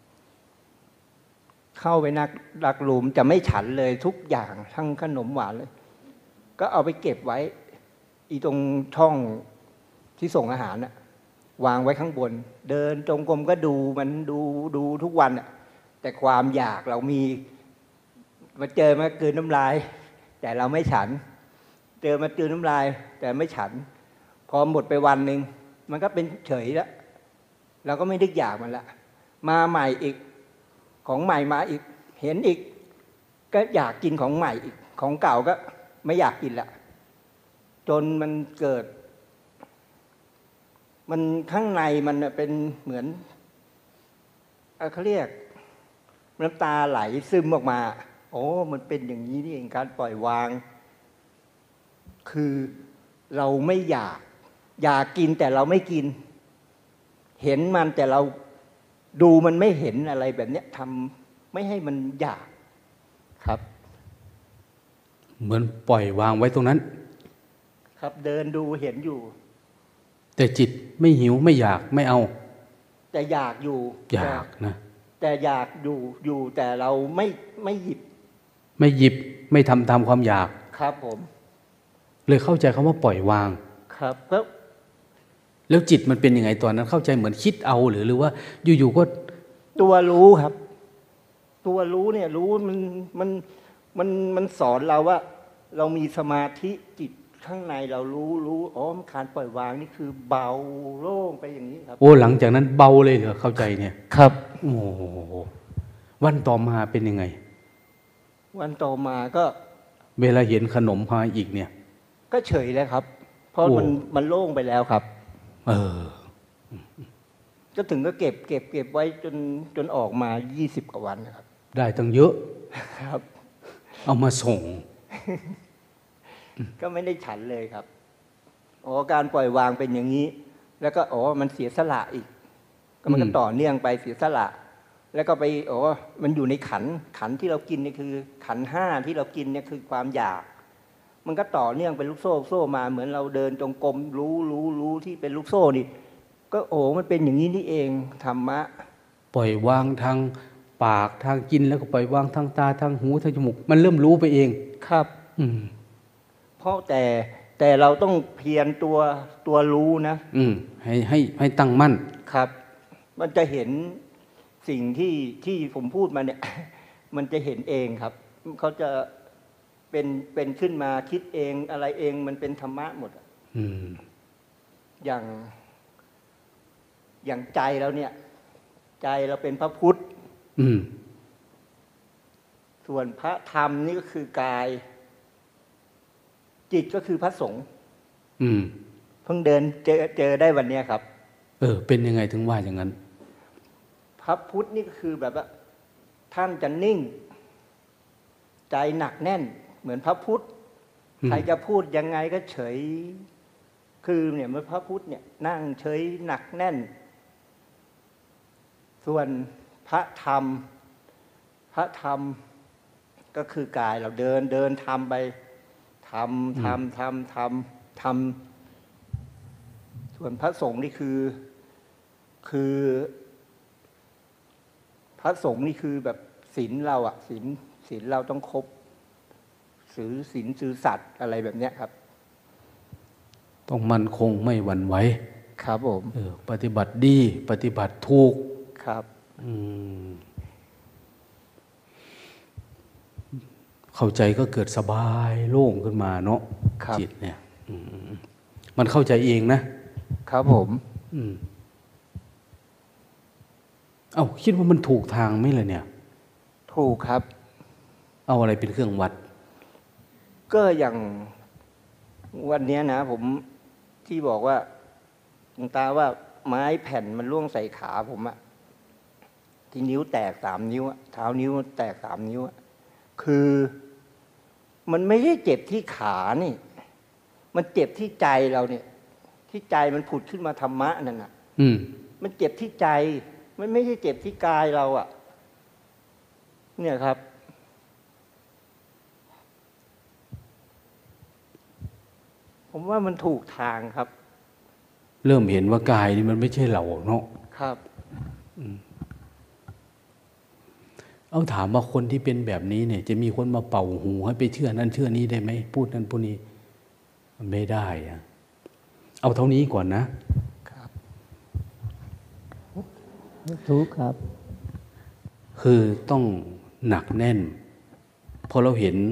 เข้าไปนักดักรูมจะไม่ฉันเลยทุกอย่างทั้งขนมหวานเลยก็เอาไปเก็บไว้อีตรงช่องที่ส่งอาหารน่ะวางไว้ข้างบนเดินจงกรมก็ดูมันดูดูทุกวันน่ะแต่ความอยากเรามีมาเจอมากลืนน้ำลายแต่เราไม่ฉันเจอมากลืนน้ำลายแต่ไม่ฉันพอหมดไปวันหนึ่งมันก็เป็นเฉยแล้วเราก็ไม่นึกอยากมันละมาใหม่อีกของใหม่มาอีกเห็นอีกก็อยากกินของใหม่อีกของเก่าก็ไม่อยากกินละจนมันเกิดมันข้างในมันเป็นเหมือนเขาเรียกน้ำตาไหลซึมออกมาโอ้มันเป็นอย่างนี้นี่เองการปล่อยวางคือเราไม่อยากอยากกินแต่เราไม่กินเห็นมันแต่เราดูมันไม่เห็นอะไรแบบนี้ทำไม่ให้มันอยากครับเหมือนปล่อยวางไว้ตรงนั้นครับเดินดูเห็นอยู่แต่จิตไม่หิวไม่อยากไม่เอาแต่อยากอยู่อยากนะแต่อยากอยู่อยู่แต่เราไม่ไม่หยิบไม่หยิบไม่ทำตามความอยากครับผมเลยเข้าใจคำว่าปล่อยวางครับก็แล้วจิตมันเป็นยังไงตอนนั้นเข้าใจเหมือนคิดเอาหรือหรือว่าอยู่ๆก็ตัวรู้ครับตัวรู้เนี่ยรู้มันมันมันมันสอนเราว่าเรามีสมาธิจิตข้างในเรารู้รู้อ๋อการปล่อยวางนี่คือเบาโล่งไปอย่างนี้ครับโอ้หลังจากนั้นเบาเลยเหรอเข้าใจเนี่ยครับโอ้วันต่อมาเป็นยังไงวันต่อมาก็เวลาเห็นขนมพาอีกเนี่ยก็เฉยแล้วครับเพราะมันมันโล่งไปแล้วครับเออก็ถึงก็เก็บเก็บเก็บไว้จนจนออกมายี่สิบกว่าวันนะครับได้ตั้งเยอะครับเอามาส่งก็ไม่ได้ฉันเลยครับอ๋อการปล่อยวางเป็นอย่างนี้แล้วก็อ๋อมันเสียสละอีกก็มันก็ต่อเนื่องไปเสียสละแล้วก็ไปอ๋อมันอยู่ในขันขันที่เรากินนี่คือขันห้าที่เรากินเนี่ยคือความอยากมันก็ต่อเนื่องเป็นลูกโซ่โซ่มาเหมือนเราเดินจงกรมรู้รู้รู้ที่เป็นลูกโซ่นี่ก็โอ้มันเป็นอย่างนี้นี่เองธรรมะปล่อยวางทางปปากทางกินแล้วก็ปล่อยวางทางตาทางหูทางจมูกมันเริ่มรู้ไปเองครับอืมเพราะแต่แต่เราต้องเพียรตัวตัวรู้นะอืมให้ให้ให้ตั้งมั่นครับมันจะเห็นสิ่งที่ที่ผมพูดมาเนี่ย มันจะเห็นเองครับเขาจะเป็นเป็นขึ้นมาคิดเองอะไรเองมันเป็นธรรมะหมดอืมอย่างอย่างใจเราเนี่ยใจเราเป็นพระพุทธอืมส่วนพระธรรมนี่ก็คือกายจิตก็คือพระสงฆ์อืมเพิ่งเดินเจอเจอได้วันนี้ครับเออเป็นยังไงถึงว่าอย่างนั้นพระพุทธนี่ก็คือแบบว่าท่านจะนิ่งใจหนักแน่นเหมือนพระพุทธใครจะพูดยังไงก็เฉยคือเนี่ยเมื่อพระพุทธเนี่ยนั่งเฉยหนักแน่นส่วนพระธรรมพระธรรมก็คือกายเราเดินเดินทำไปทำทำทำทำทำส่วนพระสงฆ์นี่คือคือพระสงฆ์นี่คือแบบศีลเราอะศีลศีลเราต้องครบถือศีลถือสัตว์อะไรแบบเนี้ยครับต้องมั่นคงไม่หวั่นไหวครับผมเออปฏิบัติดีปฏิบัติถูกครับอืมเข้าใจก็เกิดสบายโล่งขึ้นมาเนาะจิตเนี่ยมันเข้าใจเองนะครับผมอืมเอ้าคิดว่ามันถูกทางไหมล่ะเนี่ยถูกครับเอาอะไรเป็นเครื่องวัดก็อย่างวันนี้นะผมที่บอกว่าหลวงตาว่าไม้แผ่นมันล่วงใส่ขาผมอะที่นิ้วแตกสามนิ้วเท้านิ้วแตกสามนิ้วคือมันไม่ได้เจ็บที่ขานี่มันเจ็บที่ใจเราเนี่ยที่ใจมันผุดขึ้นมาธรรมะนั่นน่ะอืมมันเจ็บที่ใจมันไม่ใช่เจ็บที่กายเราอะเนี่ยครับผมว่ามันถูกทางครับเริ่มเห็นว่ากายนี่มันไม่ใช่เราเนาะครับเอาถามว่าคนที่เป็นแบบนี้เนี่ยจะมีคนมาเป่าหูให้ไปเชื่อนั่นเชื่อนี้ได้ไหมพูดนั่นพูดนี้มันไม่ได้อะเอาเท่านี้ก่อนนะครับถูกครับคือต้องหนักแน่นพอเราเห็น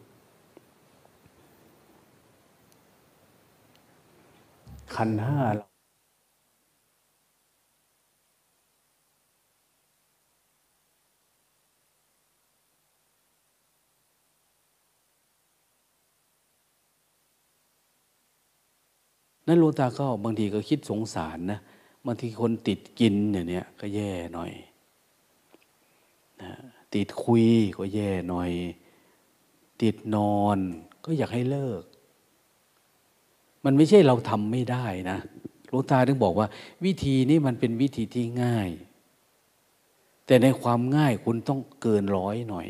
ขันธ์ห้าเรานั่นหลวงตาก็บางทีก็คิดสงสารนะบางทีคนติดกินอย่างเนี้ยก็แย่หน่อยนะติดคุยก็แย่หน่อยติดนอนก็อยากให้เลิกมันไม่ใช่เราทำไม่ได้นะหลวงตาถึงบอกว่าวิธีนี้มันเป็นวิธีที่ง่ายแต่ในความง่ายคุณต้องเกินร้อยหน่อย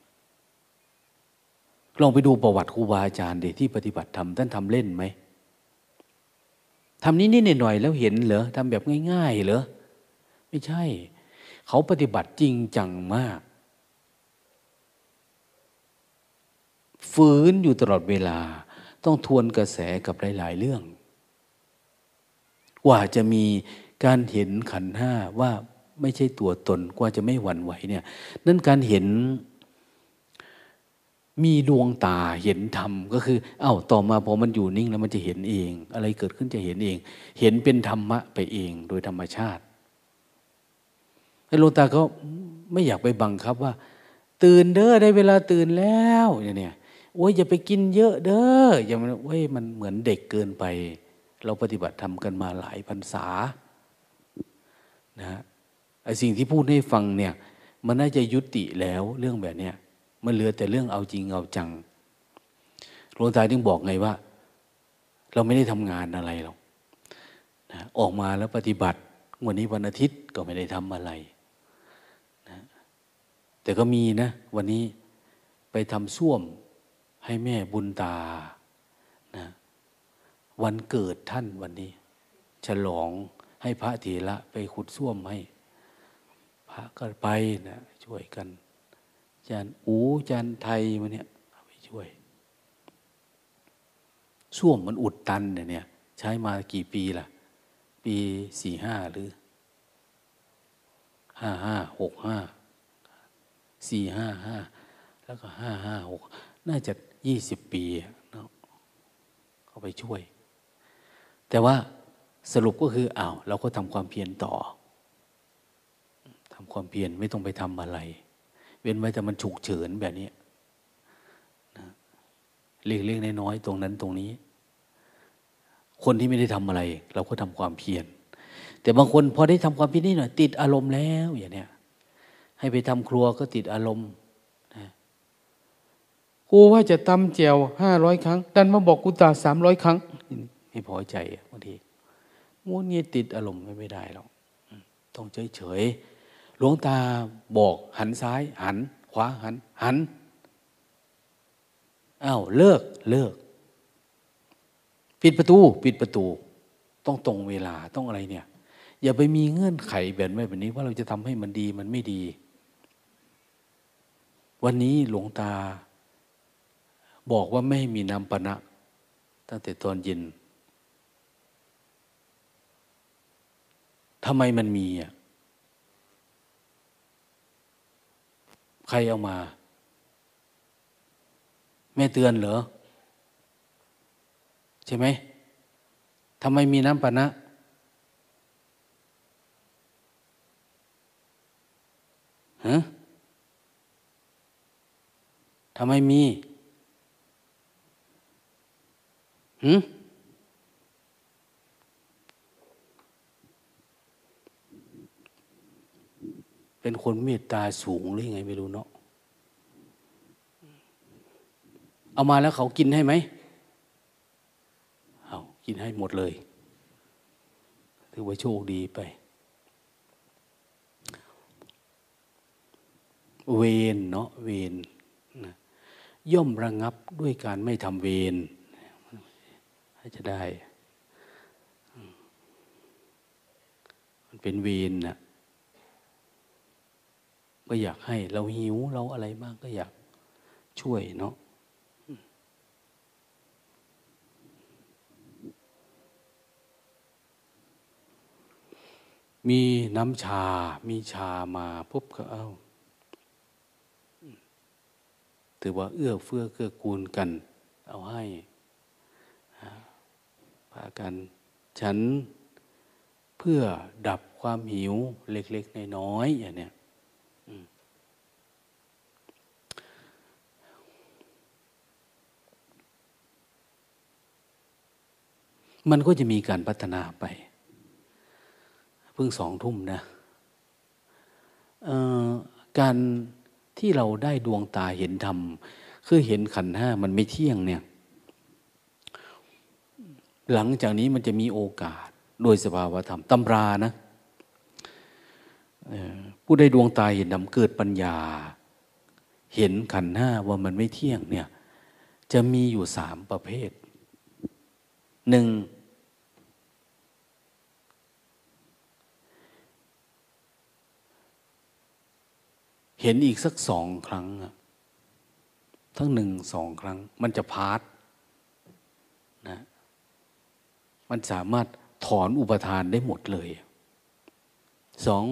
ลองไปดูประวัติครูบาอาจารย์ดิที่ปฏิบัติธรรมท่านทำเล่นไหมทำนี้นิดหน่อยแล้วเห็นเหรอทำแบบง่ายๆเหรอไม่ใช่เขาปฏิบัติจริงจังมากฝืนอยู่ตลอดเวลาต้องทวนกระแสกับหลายๆเรื่องกว่าจะมีการเห็นขันธ์ห้าว่าไม่ใช่ตัวตนกว่าจะไม่หวั่นไหวเนี่ยนั่นการเห็นมีดวงตาเห็นธรรมก็คือเอ้าต่อมาพอมันอยู่นิ่งแล้วมันจะเห็นเองอะไรเกิดขึ้นจะเห็นเองเห็นเป็นธรรมะไปเองโดยธรรมชาติแล้วหลวงตาก็ไม่อยากไปบังคับว่าตื่นเด้อได้เวลาตื่นแล้วอย่างเนี้ยโอ้ยอย่าไปกินเยอะเด้ออย่ามันโอ้ยมันเหมือนเด็กเกินไปเราปฏิบัติธรรมกันมาหลายพรรษานะไอ้สิ่งที่พูดให้ฟังเนี่ยมันน่าจะยุติแล้วเรื่องแบบเนี้ยมันเหลือแต่เรื่องเอาจริงเอาจังหลวงตาจึงบอกไงว่าเราไม่ได้ทำงานอะไรหรอกนะออกมาแล้วปฏิบัติวันนี้วันอาทิตย์ก็ไม่ได้ทำอะไรนะแต่ก็มีนะวันนี้ไปทำส้วมให้แม่บุญตานะวันเกิดท่านวันนี้ฉลองให้พระเถระไปขุดส้วมให้พระก็ไปนะช่วยกันอาจารย์อูอาจารย์ไทยมาเนี่ยไปช่วยส้วมมันอุดตันเนี่ยใช้มากี่ปีล่ะปีสี่ห้าหรือห้าห้าหกห้าสี่ห้าห้าแล้วก็ห้าห้าหกน่าจะยี่สิบปีเนาะเขาไปช่วยแต่ว่าสรุปก็คืออ้าวเราก็ทำความเพียรต่อทำความเพียรไม่ต้องไปทำอะไรเว้นไว้แต่มันฉุกเฉินแบบนี้นะเล็กๆน้อยๆตรงนั้นตรงนี้คนที่ไม่ได้ทำอะไรเราก็ทำความเพียรแต่บางคนพอได้ทำความเพียรนี่หน่อยติดอารมณ์แล้วอย่างเนี้ยให้ไปทำครัวก็ติดอารมณ์นะครูว่าจะตำแจ่วห้าร้อยครั้งดันมาบอกกูตาสามร้อยครั้งไม่พอใจบางทีม้วนนี้ติดอารมณ์ไม่ได้หรอกต้องเฉยเฉยหลวงตาบอกหันซ้ายหันขวาหันหันอ้าวเลิกเลิกปิดประตูปิดประตูต้องตรงเวลาต้องอะไรเนี่ยอย่าไปมีเงื่อนไขแบบนี้แบบนี้ว่าเราจะทำให้มันดีมันไม่ดีวันนี้หลวงตาบอกว่าไม่ให้มีน้ำปะนะตั้งแต่ตอนเย็นทำไมมันมีอ่ะใครเอามาแม่เตือนเหรอใช่ไหมทำไมมีน้ำปะนะฮะทำไมมีหืมเป็นคนเมตตาสูงหรือยังไงไม่รู้เนาะเอามาแล้วเขากินให้ไหมเอากินให้หมดเลยถือว่าโชคดีไปเวรเนาะเวรนะย่อมระงับด้วยการไม่ทำเวรให้จะได้มันเป็นเวรนะก็อยากให้เราหิวเราอะไรบ้างก็อยากช่วยเนาะมีน้ำชามีชามาปุ๊บก็เอ้าถือว่าเอื้อเฟื้อเกื้อกูลกันเอาให้พากันฉันเพื่อดับความหิวเล็กๆน้อยๆอย่างเนี้ยมันก็จะมีการพัฒนาไปเพิ่งสองทุ่มนะการที่เราได้ดวงตาเห็นธรรมคือเห็นขันธ์ห้ามันไม่เที่ยงเนี่ยหลังจากนี้มันจะมีโอกาสโดยสภาวธรรมตำรานะผู้ได้ดวงตาเห็นธรรมเกิดปัญญาเห็นขันธ์ห้าว่ามันไม่เที่ยงเนี่ยจะมีอยู่สามประเภทหนึ่งเห็นอีกสักสองครั้งทั้งหนึ่งสองครั้งมันจะพาร์ทนะมันสามารถถอนอุปทานได้หมดเลยสอง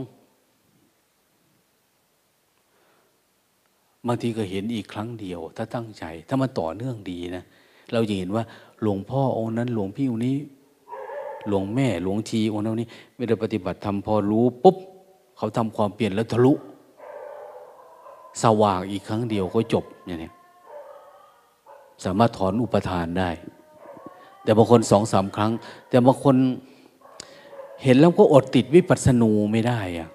บางทีก็เห็นอีกครั้งเดียวถ้าตั้งใจถ้ามันต่อเนื่องดีนะเราจะเห็นว่าหลวงพ่อองค์นั้นหลวงพี่องค์นี้หลวงแม่หลวงชีองค์นั้นนี้ไม่ได้ปฏิบัติธรรมพอรู้ปุ๊บเขาทำความเปลี่ยนแล้วทะลุสว่างอีกครั้งเดียวก็จบอย่างนี้สามารถถอนอุปทานได้แต่บางคนสองสามครั้งแต่บางคนเห็นแล้วก็อดติดวิปัสสนูไม่ได้อะ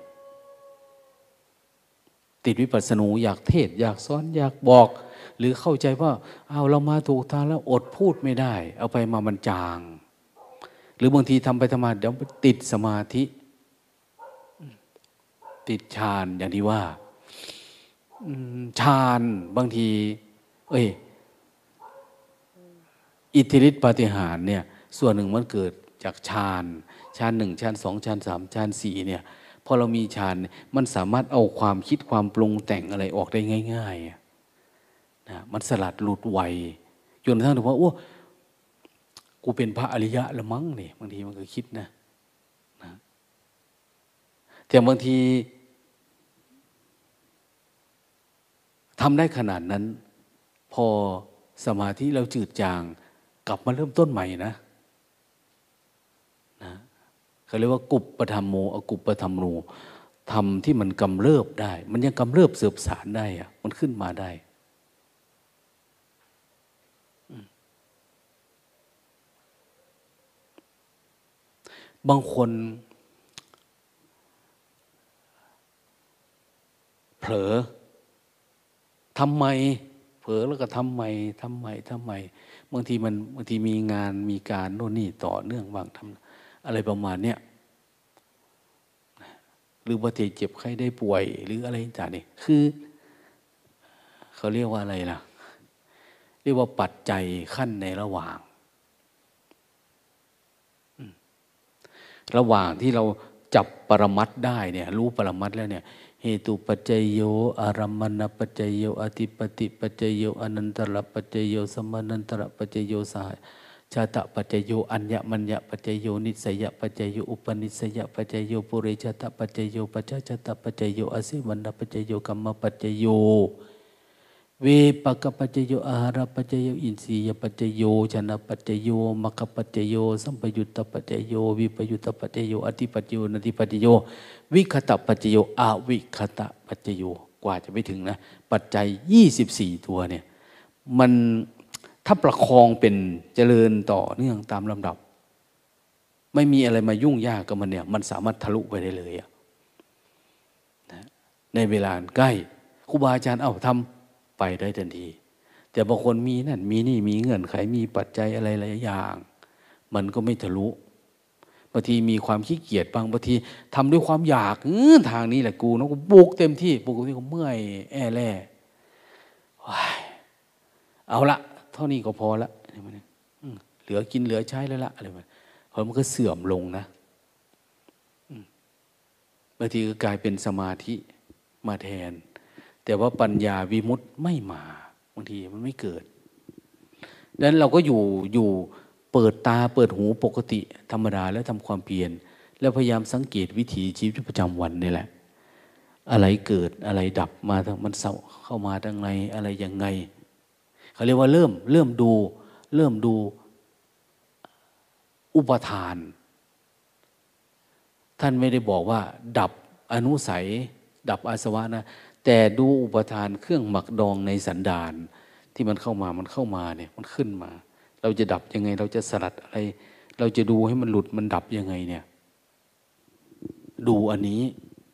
ติดวิปัสสนูอยากเทศอยากสอนอยากบอกหรือเข้าใจว่าเอาเรามาถูกทางแล้วอดพูดไม่ได้เอาไปมามันจางหรือบางทีทำไปทำมาเดี๋ยวติดสมาธิติดฌานอย่างที่ว่าฌานบางทีเอ้ยอิทธิฤทธิปาฏิหาริย์เนี่ยส่วนหนึ่งมันเกิดจากฌานฌานหนึ่งฌานสองฌานสามฌานสี่เนี่ยพพอเรามีฌานมันสามารถเอาความคิดความปรุงแต่งอะไรออกได้ง่ายๆนะมันสลัดหลุดไวจนกระทั่งถึงว่าโอ้กูเป็นพระอริยะละมั้งนี่บางทีมันก็คิดนะนะแต่บางทีทำได้ขนาดนั้นพอสมาธิเราจืดจางกลับมาเริ่มต้นใหม่นะนะเขาเรียกว่ากุปปธรรมโมอกุปปธรรมโมธรรมที่มันกำเริบได้มันยังกำเริบเสืบสารได้อะมันขึ้นมาได้บางคนเผลอทำไมเผลอแล้วก็ทำไมทำไมทำไมบางทีมันบางทีมีงานมีการโน่นนี่ต่อเนื่องบางทำอะไรประมาณเนี้ยหรือว่าเจ็บไข้ได้ป่วยหรืออะไรต่างๆนี่คือเขาเรียกว่าอะไรล่ะเรียกว่าปัจจัยขั้นในระหว่างระหว่างที่เราจับปรมัตถ์ได้เนี่ยรู้ปรมัตถ์แล้วเนี่ยเหตุปัจจยโยอารัมมณปัจจยโยอธิปติปัจจยโยอนันตระปัจจยโยสมานันตระปัจจยโยสหชาตปัจจยโยอัญญมัญญปัจจยโยนิสยปัจจยโยอุปนิสยปัจจยโยปุเรชาตปัจจยโยปัจจชาตปัจจยโยอสิวันปัจจยโยกัมมปัจจยโยเวปกปัจจโยอาหารปัจจโยอินทรียปัจจโยชนะปัจจโยมคปัจจโยสัมปยุตตปัจจโยวิปยุตตปัจจโยอธิปัจจโยนติปัจจโยวิคตปัจจโยอวิคตปัจจโยกว่าจะไปถึงนะปัจจัยยี่สิบสี่ตัวเนี่ยมันถ้าประคองเป็นเจริญต่อเนื่องตามลำดับไม่มีอะไรมายุ่งยากกับมันเนี่ยมันสามารถทะลุไปได้เลยอะนะในเวลาใกล้ครูบาอาจารย์เอ้าทำไปได้ทันทีแต่บางคนมีนั่นมีนี่มีเงื่อนไขมีปัจจัยอะไรหลายอย่างมันก็ไม่ทะลุบางทีมีความขี้เกียจบางบางทีทำด้วยความอยากเออทางนี้แหละกูนะกูบุกเต็มที่บุกที่กูเมื่อยแอ่แล่เอาละเท่านี้ก็พอละเหลือกินเหลือใช้แล้วละอะไรแบบเพราะมันก็เสื่อมลงนะบางทีก็กลายเป็นสมาธิมาแทนแต่ว่าปัญญาวิมุตติไม่มาบางทีมันไม่เกิดดังนั้นเราก็อยู่อยู่เปิดตาเปิดหูปกติธรรมดาแล้วทำความเพียรแล้วพยายามสังเกตวิถีชีวิตประจำวันนี่แหละอะไรเกิดอะไรดับมาทั้งมันเข้ามาทั้งไงอะไรยังไงเขาเรียกว่าเริ่มเริ่มดูเริ่มดูอุปทานท่านไม่ได้บอกว่าดับอนุสัยดับอาสวะนะแต่ดูอุปทานเครื่องหมักดองในสันดานที่มันเข้ามามันเข้ามาเนี่ยมันขึ้นมาเราจะดับยังไงเราจะสลัดอะไรเราจะดูให้มันหลุดมันดับยังไงเนี่ยดูอันนี้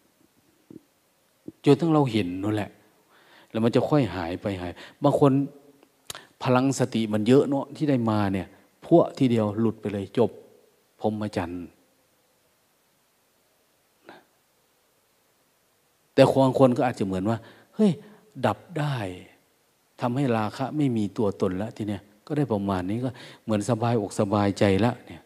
จนทั้งเราเห็นนั่นแหละแล้วมันจะค่อยหายไปหายบางคนพลังสติมันเยอะเนาะที่ได้มาเนี่ยพวกทีเดียวหลุดไปเลยจบพรหมจรรย์แต่บางคนก็อาจจะเหมือนว่าเฮ้ยดับได้ทำให้ราคะไม่มีตัวตนแล้วทีเนี้ยก็ได้ประมาณนี้ก็เหมือนสบายอกสบายใจละเนี่ย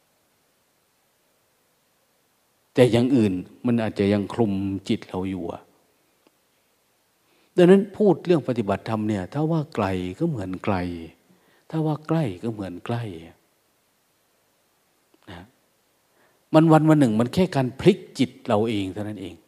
แต่อย่างอื่นมันอาจจะยังคลุมจิตเราอยู่อะดังนั้นพูดเรื่องปฏิบัติธรรมเนี่ยถ้าว่าไกลก็เหมือนไกลถ้าว่าใกล้ก็เหมือนใกล้นะมันวันวันหนึ่งมันแค่การพลิกจิตเราเองเท่านั้นเอง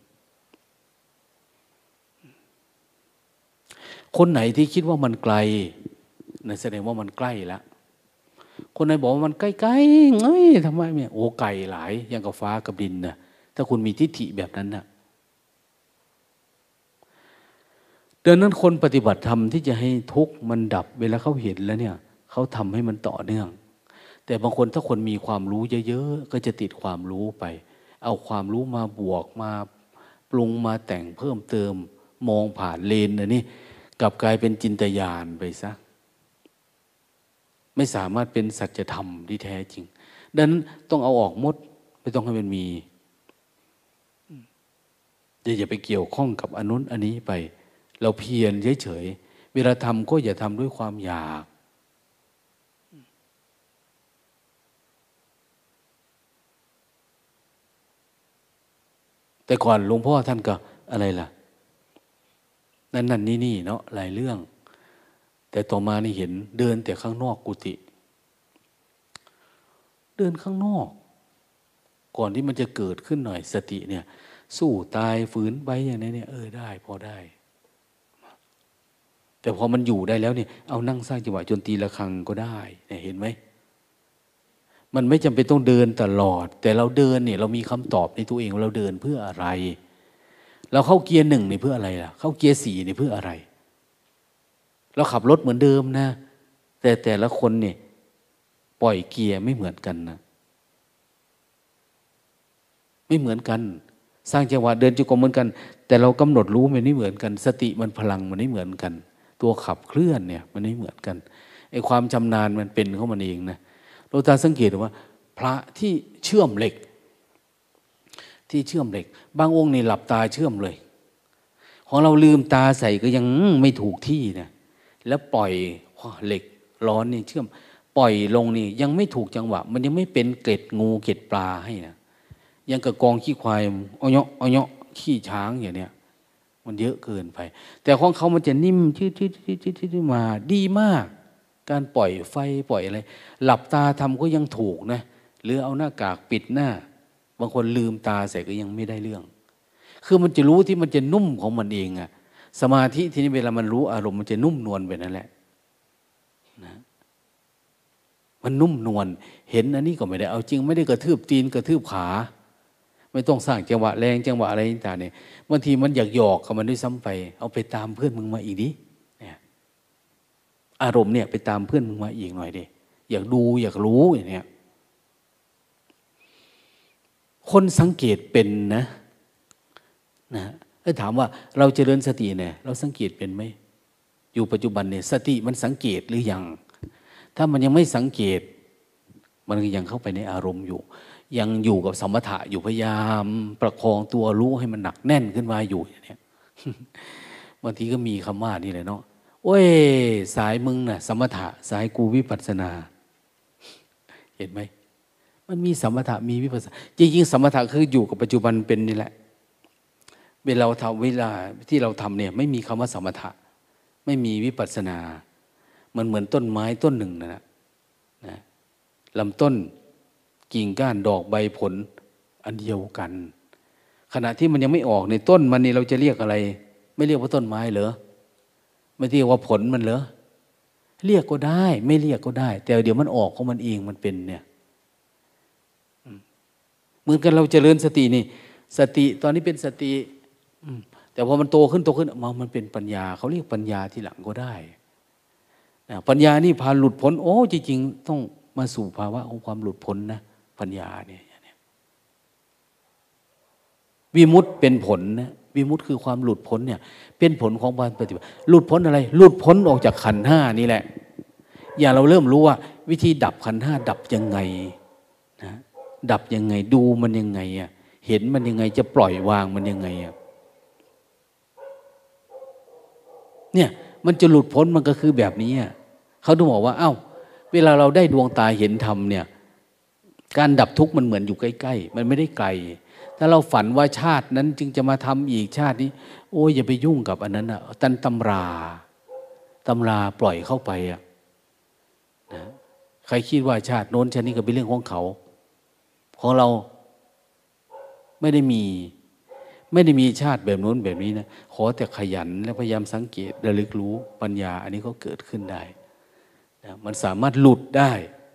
คนไหนที่คิดว่ามันไกลนั่นแสดงว่ามันใกล้แล้วคนไหนบอกว่ามันใกล้ๆเอ้ยทำไมเนี่ยโอ้ไกลหลายอย่างกับฟ้ากับดินนะถ้าคุณมีทิฏฐิแบบนั้นนะดังนั้นคนปฏิบัติธรรมที่จะให้ทุกข์มันดับเวลาเขาเห็นแล้วเนี่ยเขาทำให้มันต่อเนื่องแต่บางคนถ้าคนมีความรู้เยอะๆก็จะติดความรู้ไปเอาความรู้มาบวกมาปรุงมาแต่งเพิ่มเติมมองผ่านเลนนะนี่กลับกลายเป็นจินตญาณไปซะไม่สามารถเป็นสัจธรรมที่แท้จริงดังนั้นต้องเอาออกหมดไม่ต้องให้มันมีอย่าไปเกี่ยวข้องกับอนุนอันนี้ไปเราเพียรเฉยๆเวลาทำก็อย่าทำด้วยความอยากทแต่ก่อนหลวงพ่อท่านก็อะไรล่ะนั่นนั่นนี่นี่เนาะหลายเรื่องแต่ต่อมานี่เห็นเดินแต่ข้างนอกกุฏิเดินข้างนอกก่อนที่มันจะเกิดขึ้นหน่อยสติเนี่ยสู้ตายฝืนไปอย่างนี้เนี่ยเออได้พอได้แต่พอมันอยู่ได้แล้วเนี่ยเอานั่งสร้างจังหวะจนตีละครังก็ได้เนี่ยเห็นไหมมันไม่จำเป็นต้องเดินตลอดแต่เราเดินเนี่ยเรามีคำตอบในตัวเองว่าเราเดินเพื่ออะไรเราเข้าเกียร์หนึ่งนี่เพื่ออะไรล่ะเข้าเกียร์สี่นี่เพื่ออะไรเราขับรถเหมือนเดิมนะแต่แต่ละคนเนี่ยปล่อยเกียร์ไม่เหมือนกันนะไม่เหมือนกันสร้างจังหวะเดินจงกรมเหมือนกันแต่เรากำหนดรู้มันไม่เหมือนกันสติมันพลังมันไม่เหมือนกันตัวขับเคลื่อนเนี่ยมันไม่เหมือนกันไอ้ความชำนาญมันเป็นของมันเองนะเราตาสังเกตว่าพระที่เชื่อมเหล็กที่เชื่อมเหล็กบางองค์นี่หลับตาเชื่อมเลยของเราลืมตาใส่ก็ยังไม่ถูกที่นะแล้วปล่อยเหล็กร้อนนี่เชื่อมปล่อยลงนี่ยังไม่ถูกจังหวะมันยังไม่เป็นเกล็ดงูเกล็ดปลาให้นะยังกระกองขี้ควายเอาเนาะเอาเนาะขี้ช้างอย่างเนี้ยมันเยอะเกินไปแต่ของเขามันจะนิ่มชืดชืดชืดชืดชืดมาดีมากการปล่อยไฟปล่อยอะไรหลับตาทำก็ยังถูกนะหรือเอาหน้ากากปิดหน้าบางคนลืมตาใส่ก็ยังไม่ได้เรื่องคือมันจะรู้ที่มันจะนุ่มของมันเองอะสมาธิที่นี่เวลามันรู้อารมณ์มันจะนุ่มนวลไปนั่นแหละนะมันนุ่มนวลเห็นอันนี้ก็ไม่ได้เอาจริงไม่ได้กระทืบตีนกระทืบขาไม่ต้องสร้างจังหวะแรงจังหวะอะไรต่างๆเนี่ยบางทีมันอยากหยอกกับมันด้วยซ้ำไปเอาไปตามเพื่อนมึงมาอีกดิเนี่ยอารมณ์เนี่ยไปตามเพื่อนมึงมาอีกหน่อยดิอยากดูอยากรู้อย่างเนี้ยคนสังเกตเป็นนะนะถ้าถามว่าเราเจริญสติเนี่ยเราสังเกตเป็นไหมอยู่ปัจจุบันเนี่ยสติมันสังเกตหรือยังถ้ามันยังไม่สังเกตมันก็ยังเข้าไปในอารมณ์อยู่ยังอยู่กับสมถะอยู่พยายามประคองตัวรู้ให้มันหนักแน่นขึ้นมาอยู่อย่างนี้บางทีก็มีคำว่านี่แหละเนาะโอ้ยสายมึงน่ะสมถะสายกูวิปัสสนาเห็นไหมมันมีสมถะมีวิปัสสนาจริงๆสมถะคืออยู่กับปัจจุบันเป็นนี่แหละเวลาเราทำเวลาที่เราทำเนี่ยไม่มีคำว่าสมถะไม่มีวิปัสสนามันเหมือนต้นไม้ต้นหนึ่งนะนะลำต้นกิ่งก้านดอกใบผลอันเดียวกันขณะที่มันยังไม่ออกในต้นมันนี่เราจะเรียกอะไรไม่เรียกว่าต้นไม้เหรอไม่เรียกว่าผลมันเหรอเรียกก็ได้ไม่เรียกก็ได้แต่เดี๋ยวมันออกของมันเองมันเป็นเนี่ยเหมือนกันเราเจริญสตินี่สติตอนนี้เป็นสติแต่พอมันโตขึ้นโตขึ้นมามันเป็นปัญญาเขาเรียกปัญญาทีหลังก็ได้ปัญญานี่พาหลุดพ้นโอ้จริงๆต้องมาสู่ภาวะของความหลุดพ้นนะปัญญาเนี่ยวิมุตติเป็นผลนะวิมุตติคือความหลุดพ้นเนี่ยเป็นผลของการปฏิบัติหลุดพ้นอะไรหลุดพ้นออกจากขันธ์ห้านี่แหละอย่าเราเริ่มรู้ว่าวิธีดับขันธ์ห้าดับยังไงนะดับยังไงดูมันยังไงอ่ะเห็นมันยังไงจะปล่อยวางมันยังไงอ่ะเนี่ยมันจะหลุดพ้นมันก็คือแบบนี้อ่ะเขาต้องบอกว่าเอ้าเวลาเราได้ดวงตาเห็นธรรมเนี่ยการดับทุกข์มันเหมือนอยู่ใกล้ๆมันไม่ได้ไกลถ้าเราฝันว่าชาตินั้นจึงจะมาทำอีกชาตินี้โอ้ยอย่าไปยุ่งกับอันนั้นอ่ะตันตำราตำราปล่อยเข้าไปอ่ะนะใครคิดว่าชาติโน้นชาตินี้ก็เป็นเรื่องของเขาของเราไม่ได้มีไม่ได้มีชาติแบบโน้นแบบนี้นะขอแต่ขยันและพยายามสังเกตระลึกรู้ปัญญาอันนี้ก็เกิดขึ้นได้นะมันสามารถหลุดได้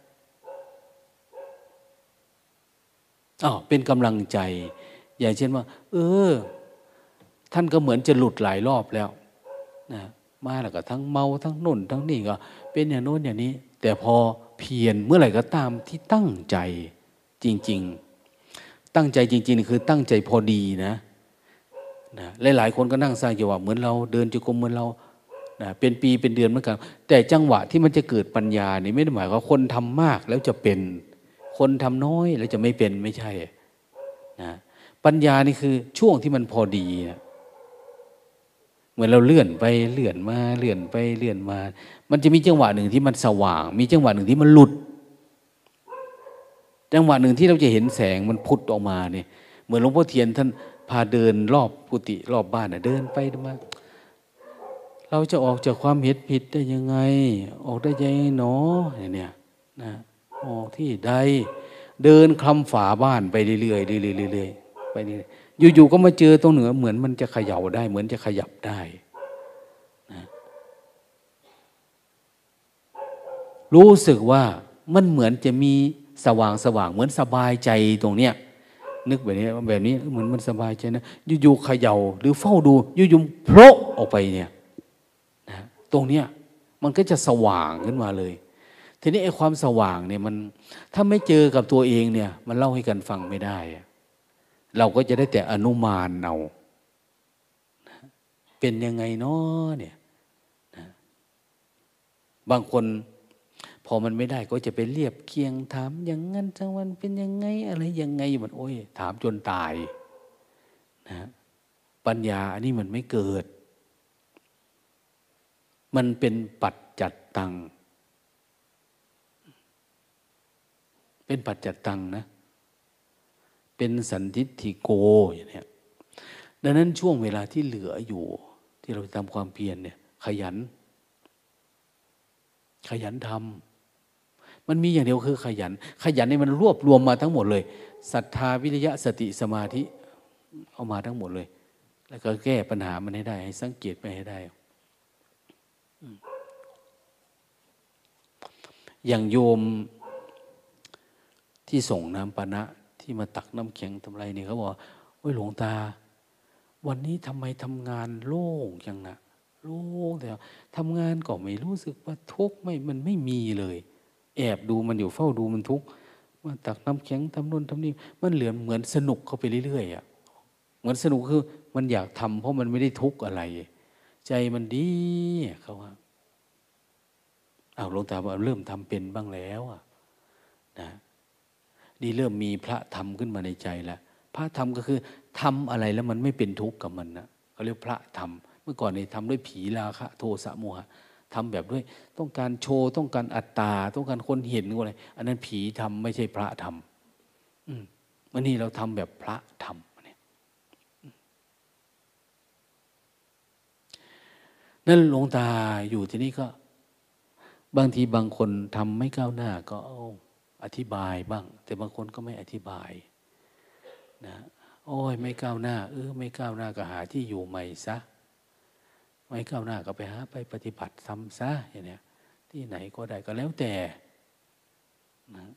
อ้าวเป็นกำลังใจอย่างเช่นว่าเออท่านก็เหมือนจะหลุดหลายรอบแล้วนะมาแล้วก็ทั้งเมาทั้งนุ่นทั้งนี่ก็เป็นอย่างโน้นอย่างนี้แต่พอเพียรเมื่อไหร่ก็ตามที่ตั้งใจจริงๆตั้งใจจริงๆคือตั้งใจพอดีนะนะหลายๆคนก็นั่งสร้างจังหวะเหมือนเราเดินจงกรมเหมือนเรานะเป็นปีเป็นเดือนเหมือนกันแต่จังหวะที่มันจะเกิดปัญญานี่ไม่ได้หมายว่าคนทำมากแล้วจะเป็นคนทำน้อยแล้วจะไม่เป็นไม่ใช่นะปัญญานี่คือช่วงที่มันพอดีนะเหมือนเราเลื่อนไปเลื่อนมาเลื่อนไปเลื่อนมามันจะมีจังหวะหนึ่งที่มันสว่างมีจังหวะหนึ่งที่มันหลุดจังหวะหนึ่งที่เราจะเห็นแสงมันพุทธออกมาเนี่ยเหมือนหลวงพ่อเทียนท่านพาเดินรอบกุฏิรอบบ้านน่ะเดินไปเดินมาเราจะออกจากความเห็นผิดได้ยังไงออกได้ยังไงหนอเนี่ยนะออกที่ใดเดินคลำฝาบ้านไปเรื่อยๆเรื่อยๆเรื่อยๆไปเรื่อยๆอยู่ๆก็มาเจอตรงเหนือเหมือนมันจะเขย่าได้เหมือนจะขยับได้นะรู้สึกว่ามันเหมือนจะมีสว่างสว่างเหมือนสบายใจตรงเนี้ยนึกแบบนี้แบบนี้เหมือนมันสบายใจนะอยู่ๆเขย่าหรือเฝ้าดูอยู่ๆโผล่ออกไปเนี่ยนะตรงเนี้ยมันก็จะสว่างขึ้นมาเลยทีนี้ไอ้ความสว่างเนี่ยมันถ้าไม่เจอกับตัวเองเนี่ยมันเล่าให้กันฟังไม่ได้เราก็จะได้แต่อนุมานเอาเป็นยังไงเนาะเนี่ยนะบางคนพอมันไม่ได้ก็จะไปเรียบเคียงถามอย่างนั้นจังวันเป็นยังไงอะไรยังไงมันโอ้ยถามจนตายนะปัญญาอันนี้มันไม่เกิดมันเป็นปัจจัตตังเป็นปัจจัตตังนะเป็นสันทิฏฐิโกอย่างนี้ดังนั้นช่วงเวลาที่เหลืออยู่ที่เราทำความเพียรเนี่ยขยันขยันทำมันมีอย่างเดียวคือขยันขยันนี่มันรวบรวมมาทั้งหมดเลยศรัทธาวิริยะสติสมาธิเอามาทั้งหมดเลยแล้วก็แก้ปัญหามันให้ได้ให้สังเกตไปให้ได้อย่างโยมที่ส่งน้ำปานะที่มาตักน้ำแข็งทำไรเนี่ยเขาบอกโอ้ยหลวงตาวันนี้ทำไมทำงานโล่งจังนะโล่งแต่ทำงานก็ไม่รู้สึกว่าทุกข์ไม่มันไม่มีเลยแอบดูมันอยู่เฝ้าดูมันทุกข์มาตักน้ำแข็งทำนู่นทำนี่มันเหลือเหมือนสนุกเข้าไปเรื่อยๆอ่ะเหมือนสนุกคือมันอยากทำเพราะมันไม่ได้ทุกข์อะไรใจมันดีเขาว่าอ้าวหลวงตาว่าเริ่มทำเป็นบ้างแล้วอ่ะนะนี่เริ่มมีพระธรรมขึ้นมาในใจแล้วพระธรรมก็คือทำอะไรแล้วมันไม่เป็นทุกข์กับมันนะเขาเรียกพระธรรมเมื่อก่อนนี่ทำด้วยผีราคะโทสะโมหะทำแบบด้วยต้องการโชว์ต้องการอัตตาต้องการคนเห็นอะไรอันนั้นผีทำไม่ใช่พระทำอืมวันนี้เราทำแบบพระทำเนี่ยนั่นหลวงตาอยู่ที่นี่ก็บางทีบางคนทำไม่ก้าวหน้าก็เอาอธิบายบ้างแต่บางคนก็ไม่อธิบายนะโอ้ยไม่ก้าวหน้าเออไม่ก้าวหน้าก็หาที่อยู่ใหม่ซะไม่ก้าวหน้าก็ไปหาไปปฏิบัติทำซะอย่างเนี้ยที่ไหนก็ได้ก็แล้วแต่นะ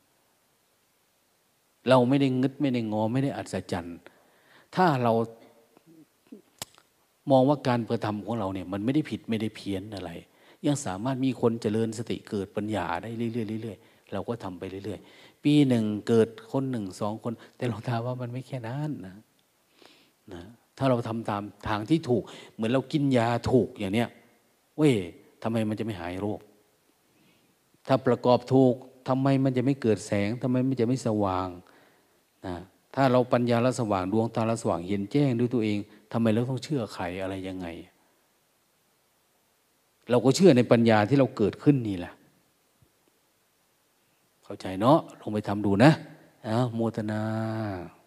เราไม่ได้งึดไม่ได้งอไม่ได้อัศจรรย์ถ้าเรามองว่าการประทำของเราเนี่ยมันไม่ได้ผิดไม่ได้เพี้ยนอะไรยังสามารถมีคนเจริญสติเกิดปัญญาได้เรื่อยๆเรื่อยๆเราก็ทำไปเรื่อยๆปีหนึ่งเกิดคนหนึ่งสองคนแต่เราถามว่ามันไม่แค่นั้นนะนะถ้าเราทำตามทางที่ถูกเหมือนเรากินยาถูกอย่างเนี้ยเว้ยทำไมมันจะไม่หายโรคถ้าประกอบถูกทำไมมันจะไม่เกิดแสงทำไมมันจะไม่สว่างนะถ้าเราปัญญาละสว่างดวงตาละสว่างเห็นแจ้งด้วยตัวเองทำไมเราต้องเชื่อใครอะไรยังไงเราก็เชื่อในปัญญาที่เราเกิดขึ้นนี่แหละเข้าใจเนาะลองไปทำดูนะอ้าวโมทนา